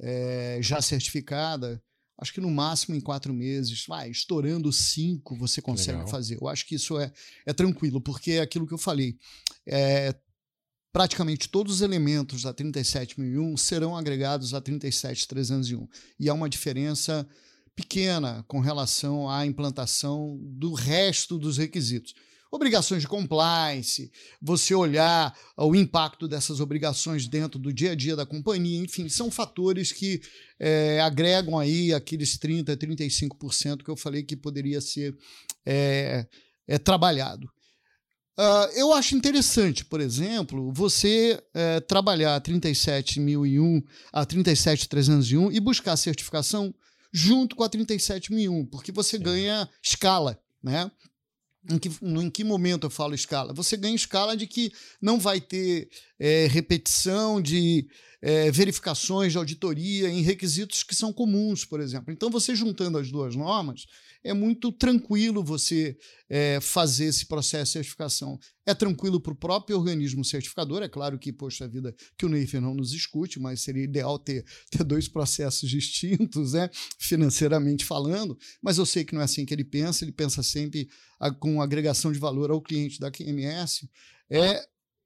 Speaker 3: é, já certificada, acho que no máximo em quatro meses, vai, estourando cinco, você consegue Legal. fazer. Eu acho que isso é, é tranquilo, porque é aquilo que eu falei. É, praticamente todos os elementos da trinta e sete mil e um serão agregados à trinta e sete trezentos e um. E há uma diferença pequena com relação à implantação do resto dos requisitos. Obrigações de compliance, você olhar o impacto dessas obrigações dentro do dia a dia da companhia, enfim, são fatores que é, agregam aí aqueles trinta por cento, trinta e cinco por cento que eu falei que poderia ser é, é, trabalhado. Uh, eu acho interessante, por exemplo, você é, trabalhar a trinta e sete mil e um, a trinta e sete trezentos e um e buscar certificação junto com a trinta e sete mil e um, porque você Sim. ganha escala, né? Em que, em que momento eu falo escala? Você ganha escala de que não vai ter é, repetição de é, verificações de auditoria em requisitos que são comuns, por exemplo. Então, você juntando as duas normas, é muito tranquilo você é, fazer esse processo de certificação. É tranquilo para o próprio organismo certificador, é claro que, poxa vida, que o Neifer não nos escute, mas seria ideal ter, ter dois processos distintos, né, financeiramente falando, mas eu sei que não é assim que ele pensa, ele pensa sempre a, com agregação de valor ao cliente da Q M S, é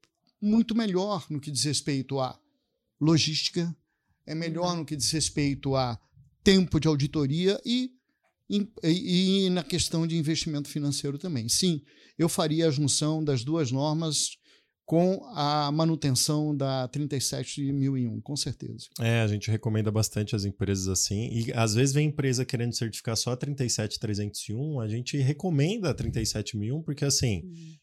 Speaker 3: muito melhor no que diz respeito à logística, é melhor no que diz respeito a tempo de auditoria e E, e, e na questão de investimento financeiro também. Sim, eu faria a junção das duas normas com a manutenção da trinta e sete mil e um, com certeza.
Speaker 1: É, a gente recomenda bastante as empresas assim. E às vezes vem empresa querendo certificar só a trinta e sete trezentos e um, a gente recomenda a trinta e sete mil e um, porque assim, hum.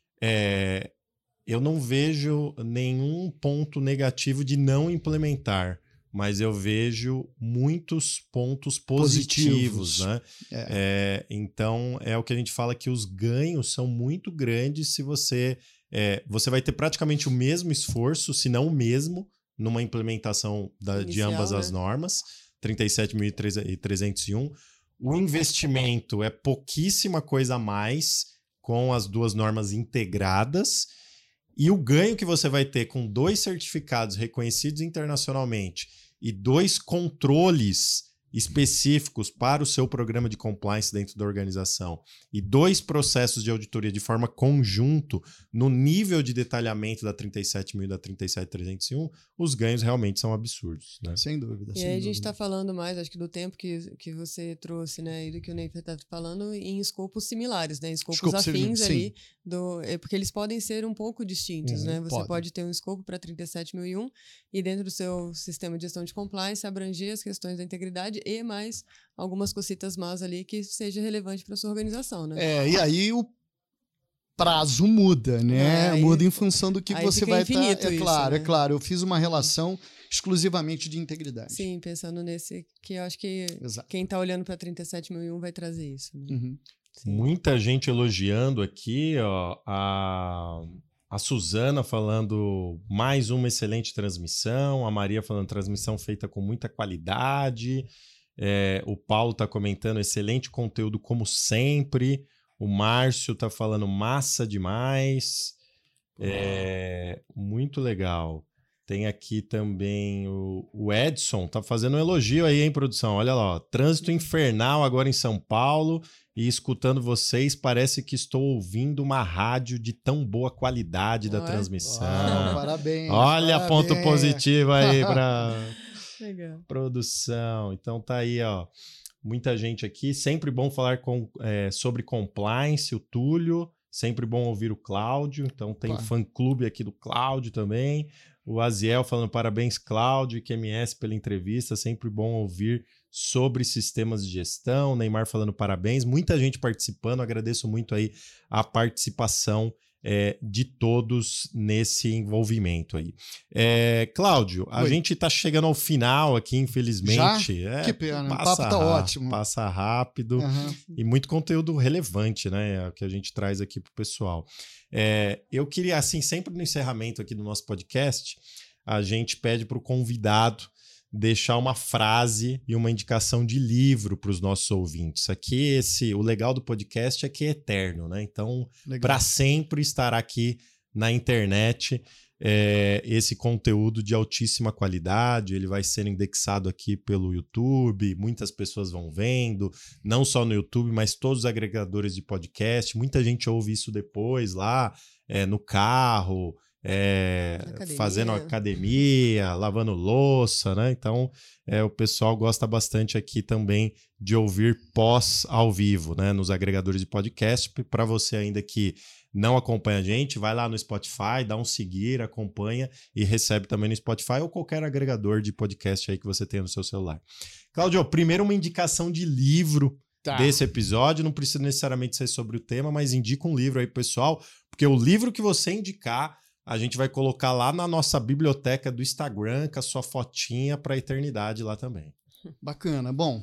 Speaker 1: é, eu não vejo nenhum ponto negativo de não implementar. Mas eu vejo muitos pontos positivos, positivos. né? É. É, então, é o que a gente fala que os ganhos são muito grandes se você... É, você vai ter praticamente o mesmo esforço, se não o mesmo, numa implementação da, Inicial, de ambas né? as normas, trinta e sete mil e trezentos e um. O investimento é pouquíssima coisa a mais com as duas normas integradas. E o ganho que você vai ter com dois certificados reconhecidos internacionalmente e dois controles específicos para o seu programa de compliance dentro da organização e dois processos de auditoria de forma conjunto no nível de detalhamento da trinta e sete mil e da trinta e sete mil trezentos e um, os ganhos realmente são absurdos, né?
Speaker 3: Sem dúvida.
Speaker 2: E
Speaker 3: sem
Speaker 2: aí a
Speaker 3: dúvida.
Speaker 2: gente está falando mais, acho que do tempo que, que você trouxe, né, e do que o Ney está falando em escopos similares, né, escopos
Speaker 3: Escopos
Speaker 2: afins
Speaker 3: sim.
Speaker 2: ali, do, é porque eles podem ser um pouco distintos,
Speaker 3: Uhum,
Speaker 2: né? Você
Speaker 3: pode.
Speaker 2: pode ter um escopo para trinta e sete mil e um e dentro do seu sistema de gestão de compliance abranger as questões da integridade e mais algumas cositas más ali que seja relevante para sua organização, né?
Speaker 3: É, e aí o prazo muda, né?
Speaker 2: É, aí-
Speaker 3: muda em função do que
Speaker 2: aí
Speaker 3: você
Speaker 2: fica
Speaker 3: vai estar.
Speaker 2: infinito
Speaker 3: É
Speaker 2: isso,
Speaker 3: claro,
Speaker 2: né?
Speaker 3: é claro. Eu fiz uma relação exclusivamente de integridade.
Speaker 2: Sim, pensando nesse que eu acho que
Speaker 3: Exato.
Speaker 2: quem está olhando para trinta e sete mil e um vai trazer isso, né?
Speaker 3: Uhum.
Speaker 2: Sim.
Speaker 1: Muita gente elogiando aqui, ó, a, a Suzana falando mais uma excelente transmissão, a Maria falando transmissão feita com muita qualidade, é, o Paulo tá comentando excelente conteúdo como sempre, o Márcio tá falando massa demais, é, muito legal. Tem aqui também o, o Edson, tá fazendo um elogio aí, hein, produção? Olha lá, ó, trânsito infernal agora em São Paulo e escutando vocês, parece que estou ouvindo uma rádio de tão boa qualidade da
Speaker 2: Ué?
Speaker 1: transmissão.
Speaker 3: Ah, parabéns.
Speaker 1: Olha,
Speaker 3: parabéns.
Speaker 1: ponto positivo aí para
Speaker 2: Legal.
Speaker 1: produção. Então tá aí, ó, muita gente aqui. Sempre bom falar com, é, sobre compliance, o Túlio. Sempre bom ouvir o Cláudio. Então tem
Speaker 3: Opa.
Speaker 1: fã-clube aqui do Cláudio também. O Aziel falando parabéns, Cláudio e Q M S pela entrevista. Sempre bom ouvir sobre sistemas de gestão. Neymar falando parabéns. Muita gente participando. Agradeço muito aí a participação é, de todos nesse envolvimento aí. É, Cláudio, a
Speaker 3: Oi.
Speaker 1: gente está chegando ao final aqui, infelizmente. É,
Speaker 3: Que pena, o
Speaker 1: passa
Speaker 3: papo tá
Speaker 1: ra-
Speaker 3: ótimo.
Speaker 1: Passa rápido.
Speaker 3: Aham.
Speaker 1: E muito conteúdo relevante, né? é, Que a gente traz aqui pro pessoal. É, eu queria, assim, sempre no encerramento aqui do nosso podcast, a gente pede para o convidado deixar uma frase e uma indicação de livro para os nossos ouvintes. Aqui, esse, o legal do podcast é que é eterno, né? Então,
Speaker 3: Legal.
Speaker 1: para sempre estará aqui na internet é, esse conteúdo de altíssima qualidade. Ele vai ser indexado aqui pelo YouTube, muitas pessoas vão vendo, não só no YouTube, mas todos os agregadores de podcast. Muita gente ouve isso depois lá é, no carro, é,
Speaker 2: Academia.
Speaker 1: fazendo academia, lavando louça, né? Então, é, o pessoal gosta bastante aqui também de ouvir pós ao vivo, né? Nos agregadores de podcast. Para você ainda que não acompanha a gente, vai lá no Spotify, dá um seguir, acompanha e recebe também no Spotify ou qualquer agregador de podcast aí que você tenha no seu celular. Cláudio, primeiro uma indicação de livro
Speaker 3: Tá.
Speaker 1: desse episódio, não precisa necessariamente ser sobre o tema, mas indica um livro aí, pessoal, porque o livro que você indicar, a gente vai colocar lá na nossa biblioteca do Instagram, com a sua fotinha para a eternidade lá também.
Speaker 3: Bacana. Bom,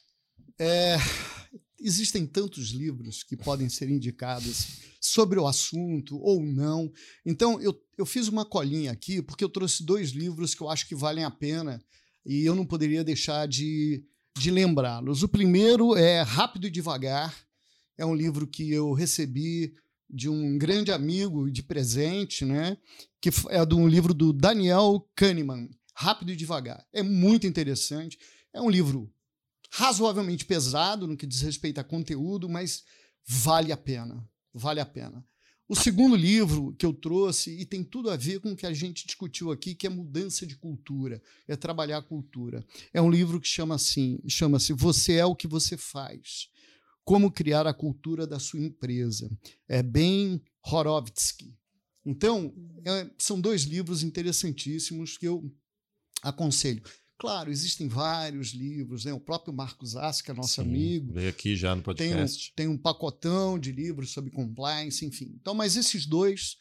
Speaker 3: é, existem tantos livros que podem ser indicados sobre o assunto ou não. Então, eu, eu fiz uma colinha aqui porque eu trouxe dois livros que eu acho que valem a pena e eu não poderia deixar de, de lembrá-los. O primeiro é Rápido e Devagar. É um livro que eu recebi de um grande amigo de presente, né? Que é de um livro do Daniel Kahneman, Rápido e Devagar. É muito interessante. É um livro razoavelmente pesado no que diz respeito a conteúdo, mas vale a pena, vale a pena. O segundo livro que eu trouxe, e tem tudo a ver com o que a gente discutiu aqui, que é mudança de cultura, é trabalhar a cultura. É um livro que chama assim, chama-se Você é o que você faz. Como criar a cultura da sua empresa. É Ben Horowitz. Então, é, são dois livros interessantíssimos que eu aconselho. Claro, existem vários livros, né? O próprio Marcos Assi, que é nosso
Speaker 1: Sim,
Speaker 3: amigo,
Speaker 1: veio aqui já no
Speaker 3: tem um,
Speaker 1: podcast.
Speaker 3: tem um pacotão de livros sobre compliance, enfim. Então, mas esses dois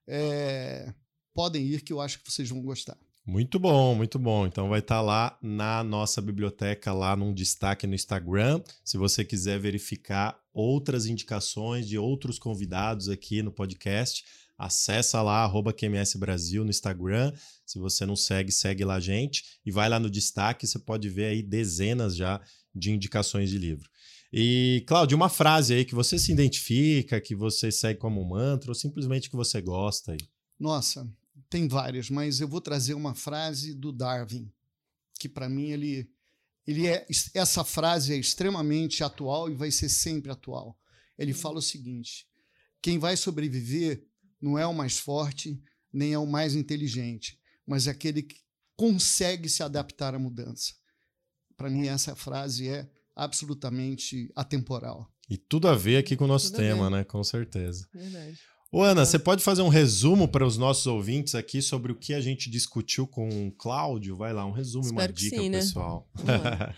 Speaker 3: é, podem ir, que eu acho que vocês vão gostar.
Speaker 1: Muito bom, muito bom. Então vai estar lá na nossa biblioteca, lá num destaque no Instagram. Se você quiser verificar outras indicações de outros convidados aqui no podcast, acessa lá, arroba Q M S Brasil no Instagram. Se você não segue, segue lá a gente. E vai lá no destaque, você pode ver aí dezenas já de indicações de livro. E, Cláudio, uma frase aí que você se identifica, que você segue como um mantra, ou simplesmente que você gosta aí.
Speaker 3: Nossa, tem várias, mas eu vou trazer uma frase do Darwin, que para mim ele, ele é, essa frase é extremamente atual e vai ser sempre atual. Ele fala o seguinte: quem vai sobreviver não é o mais forte, nem é o mais inteligente, mas é aquele que consegue se adaptar à mudança. Para mim, essa frase é absolutamente atemporal.
Speaker 1: E tudo a ver aqui com o nosso
Speaker 2: Tudo
Speaker 1: tema, né? Com certeza.
Speaker 2: Verdade.
Speaker 1: Ô, Ana, você pode fazer um resumo para os nossos ouvintes aqui sobre o que a gente discutiu com o Cláudio? Vai lá, um resumo e uma
Speaker 2: Espero que
Speaker 1: dica,
Speaker 2: sim, né?
Speaker 1: pessoal.
Speaker 2: Vamos lá.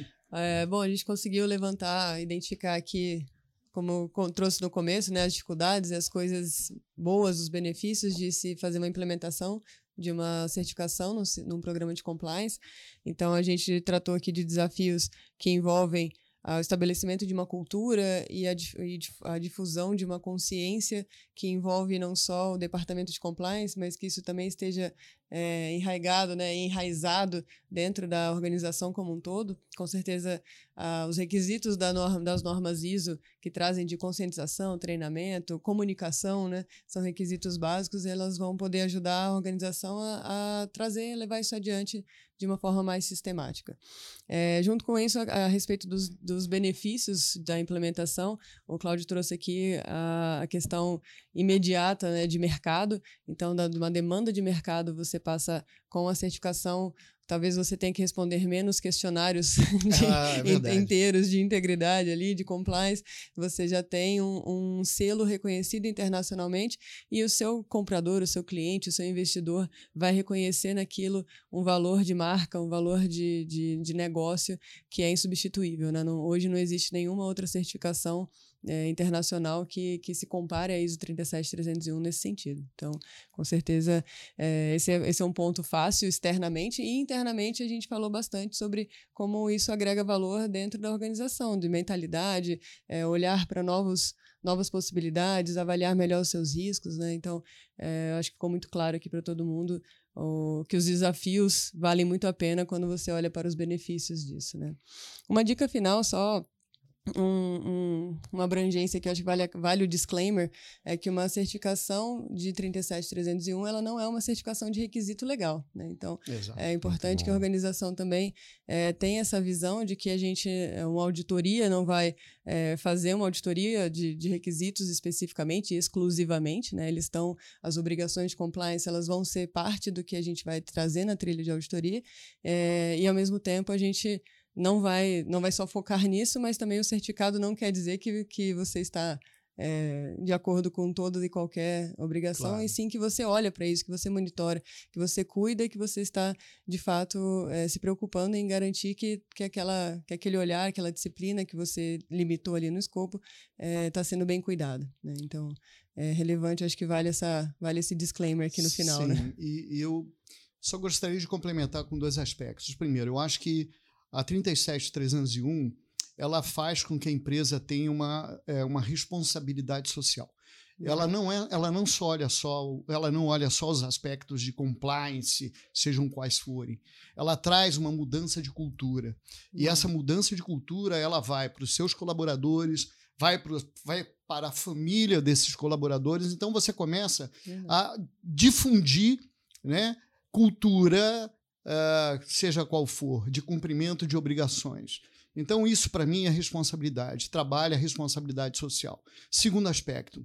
Speaker 2: É, bom, a gente conseguiu levantar, identificar aqui, como eu trouxe no começo, né, as dificuldades e as coisas boas, os benefícios de se fazer uma implementação de uma certificação no, num programa de compliance. Então, a gente tratou aqui de desafios que envolvem o estabelecimento de uma cultura e a, e a difusão de uma consciência que envolve não só o departamento de compliance, mas que isso também esteja é, enraizado, né, enraizado dentro da organização como um todo. Com certeza, ah, os requisitos da norma, das normas I S O, que trazem de conscientização, treinamento, comunicação, né, são requisitos básicos, e elas vão poder ajudar a organização a, a trazer, levar isso adiante de uma forma mais sistemática. É, junto com isso, a, a respeito dos, dos benefícios da implementação, o Cláudio trouxe aqui a, a questão imediata, né, de mercado. Então, da, de uma demanda de mercado, você passa com a certificação. Talvez você tenha que responder menos questionários de,
Speaker 3: ah, é
Speaker 2: inteiros de integridade ali, de compliance. Você já tem um, um selo reconhecido internacionalmente e o seu comprador, o seu cliente, o seu investidor vai reconhecer naquilo um valor de marca, um valor de, de, de negócio que é insubstituível, né? Não, hoje não existe nenhuma outra certificação É, internacional que, que se compare à I S O trinta e sete trezentos e um nesse sentido. Então, com certeza, é, esse, é, esse é um ponto fácil externamente, e internamente a gente falou bastante sobre como isso agrega valor dentro da organização, de mentalidade, é, olhar para novos novas possibilidades, avaliar melhor os seus riscos, né? Então, é, acho que ficou muito claro aqui para todo mundo o, que os desafios valem muito a pena quando você olha para os benefícios disso, né? Uma dica final só, Um, um, uma abrangência que eu acho que vale, vale o disclaimer, é que uma certificação de trinta e sete trezentos e um ela não é uma certificação de requisito legal, né? Então, Exato. É importante que a organização também é, tenha essa visão de que a gente, uma auditoria não vai é, fazer uma auditoria de, de requisitos especificamente e exclusivamente, né? Eles estão, as obrigações de compliance, elas vão ser parte do que a gente vai trazer na trilha de auditoria, é, e ao mesmo tempo a gente não vai, não vai só focar nisso, mas também o certificado não quer dizer que, que você está é, de acordo com toda e qualquer obrigação, claro. E sim que você olha para isso, que você monitora, que você cuida e que você está, de fato, é, se preocupando em garantir que, que, aquela, que aquele olhar, aquela disciplina que você limitou ali no escopo está é, sendo bem cuidada, né? Então, é relevante, acho que vale, essa, vale esse disclaimer aqui no final.
Speaker 3: Sim,
Speaker 2: né?
Speaker 3: e, e eu só gostaria de complementar com dois aspectos. Primeiro, eu acho que a trinta e sete trezentos e um, ela faz com que a empresa tenha uma, é, uma responsabilidade social. Uhum. Ela não é, ela não só olha só, ela não olha só os aspectos de compliance, sejam quais forem. Ela traz uma mudança de cultura. Uhum. E essa mudança de cultura, ela vai para os seus colaboradores, vai, pro, vai para a família desses colaboradores. Então você começa uhum. a difundir, né, cultura, Uh, seja qual for, de cumprimento de obrigações. Então, isso, para mim, é responsabilidade. Trabalho é responsabilidade social. Segundo aspecto,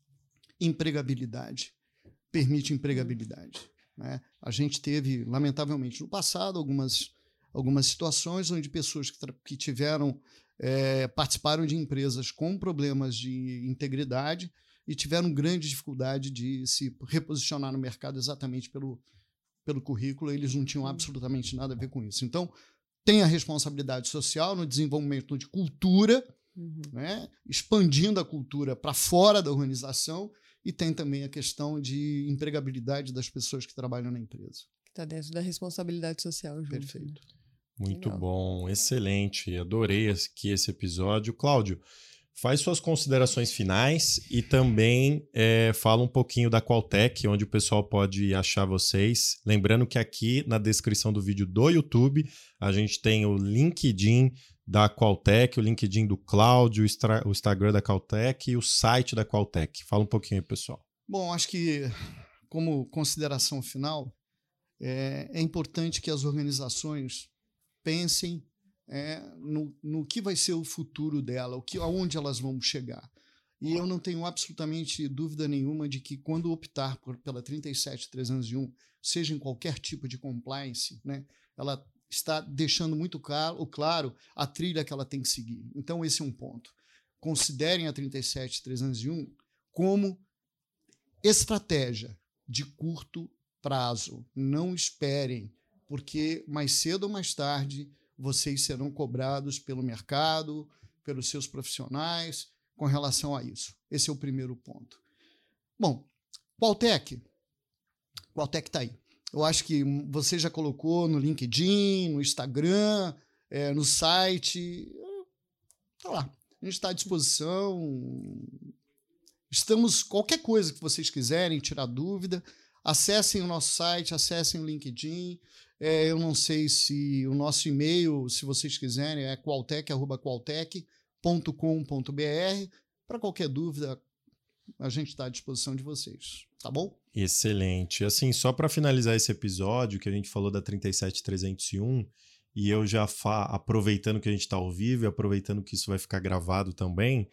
Speaker 3: empregabilidade. Permite empregabilidade. Né? A gente teve, lamentavelmente, no passado, algumas, algumas situações onde pessoas que, que tiveram, é, participaram de empresas com problemas de integridade e tiveram grande dificuldade de se reposicionar no mercado exatamente pelo pelo currículo, eles não tinham absolutamente nada a ver com isso. Então, tem a responsabilidade social no desenvolvimento de cultura, uhum. né, expandindo a cultura para fora da organização, e tem também a questão de empregabilidade das pessoas que trabalham na empresa.
Speaker 2: Está dentro da responsabilidade social. Junto,
Speaker 3: Perfeito.
Speaker 2: Né?
Speaker 1: Muito Legal. Bom, excelente. Adorei aqui esse episódio. Cláudio, faz suas considerações finais e também é, fala um pouquinho da Qualtech, onde o pessoal pode achar vocês. Lembrando que aqui na descrição do vídeo do YouTube a gente tem o LinkedIn da Qualtech, o LinkedIn do Cláudio, o Instagram da Qualtech e o site da Qualtech. Fala um pouquinho aí, pessoal.
Speaker 3: Bom, acho que como consideração final, é, é importante que as organizações pensem é, no, no que vai ser o futuro dela, o que, aonde elas vão chegar. E eu não tenho absolutamente dúvida nenhuma de que quando optar por, pela trinta e sete trezentos e um, seja em qualquer tipo de compliance, né, ela está deixando muito claro, claro a trilha que ela tem que seguir. Então, esse é um ponto. Considerem a trinta e sete trezentos e um como estratégia de curto prazo. Não esperem, porque mais cedo ou mais tarde vocês serão cobrados pelo mercado, pelos seus profissionais, com relação a isso. Esse é o primeiro ponto. Bom, Qualtec. Qualtec está aí. Eu acho que você já colocou no LinkedIn, no Instagram, é, no site. Está lá. A gente está à disposição. Estamos, qualquer coisa que vocês quiserem, tirar dúvida, acessem o nosso site, acessem o LinkedIn. É, eu não sei se o nosso e-mail, se vocês quiserem, é qualtec arroba qualtec ponto com ponto b r. Para qualquer dúvida, a gente está à disposição de vocês, tá bom?
Speaker 1: Excelente. Assim, só para finalizar esse episódio, que a gente falou da trinta e sete trezentos e um, e eu já fa- aproveitando que a gente está ao vivo e aproveitando que isso vai ficar gravado também,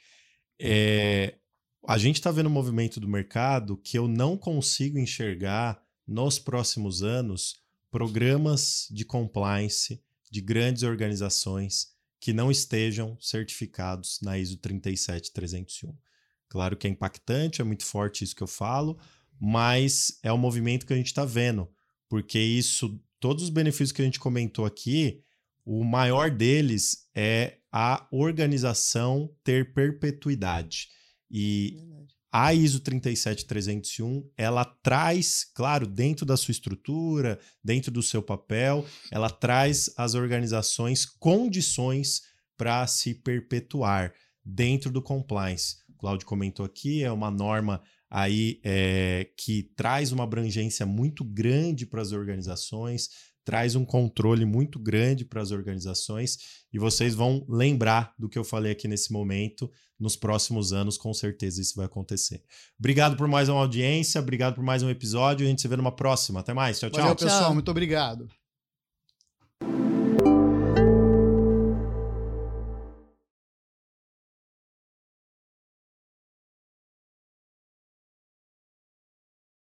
Speaker 1: é, a gente está vendo um movimento do mercado que eu não consigo enxergar nos próximos anos programas de compliance de grandes organizações que não estejam certificados na I S O trinta e sete trezentos e um. Claro que é impactante, é muito forte isso que eu falo, mas é o movimento que a gente está vendo, porque isso, todos os benefícios que a gente comentou aqui, o maior deles é a organização ter perpetuidade. E a I S O trinta e sete trezentos e um, ela traz, claro, dentro da sua estrutura, dentro do seu papel, ela traz às organizações condições para se perpetuar dentro do compliance. O Cláudio comentou aqui, é uma norma aí é, que traz uma abrangência muito grande para as organizações, traz um controle muito grande para as organizações e vocês vão lembrar do que eu falei aqui nesse momento. Nos próximos anos, com certeza isso vai acontecer. Obrigado por mais uma audiência, obrigado por mais um episódio. A gente se vê numa próxima. Até mais. Tchau, tchau.
Speaker 3: Valeu, pessoal.
Speaker 2: Tchau.
Speaker 3: Muito obrigado.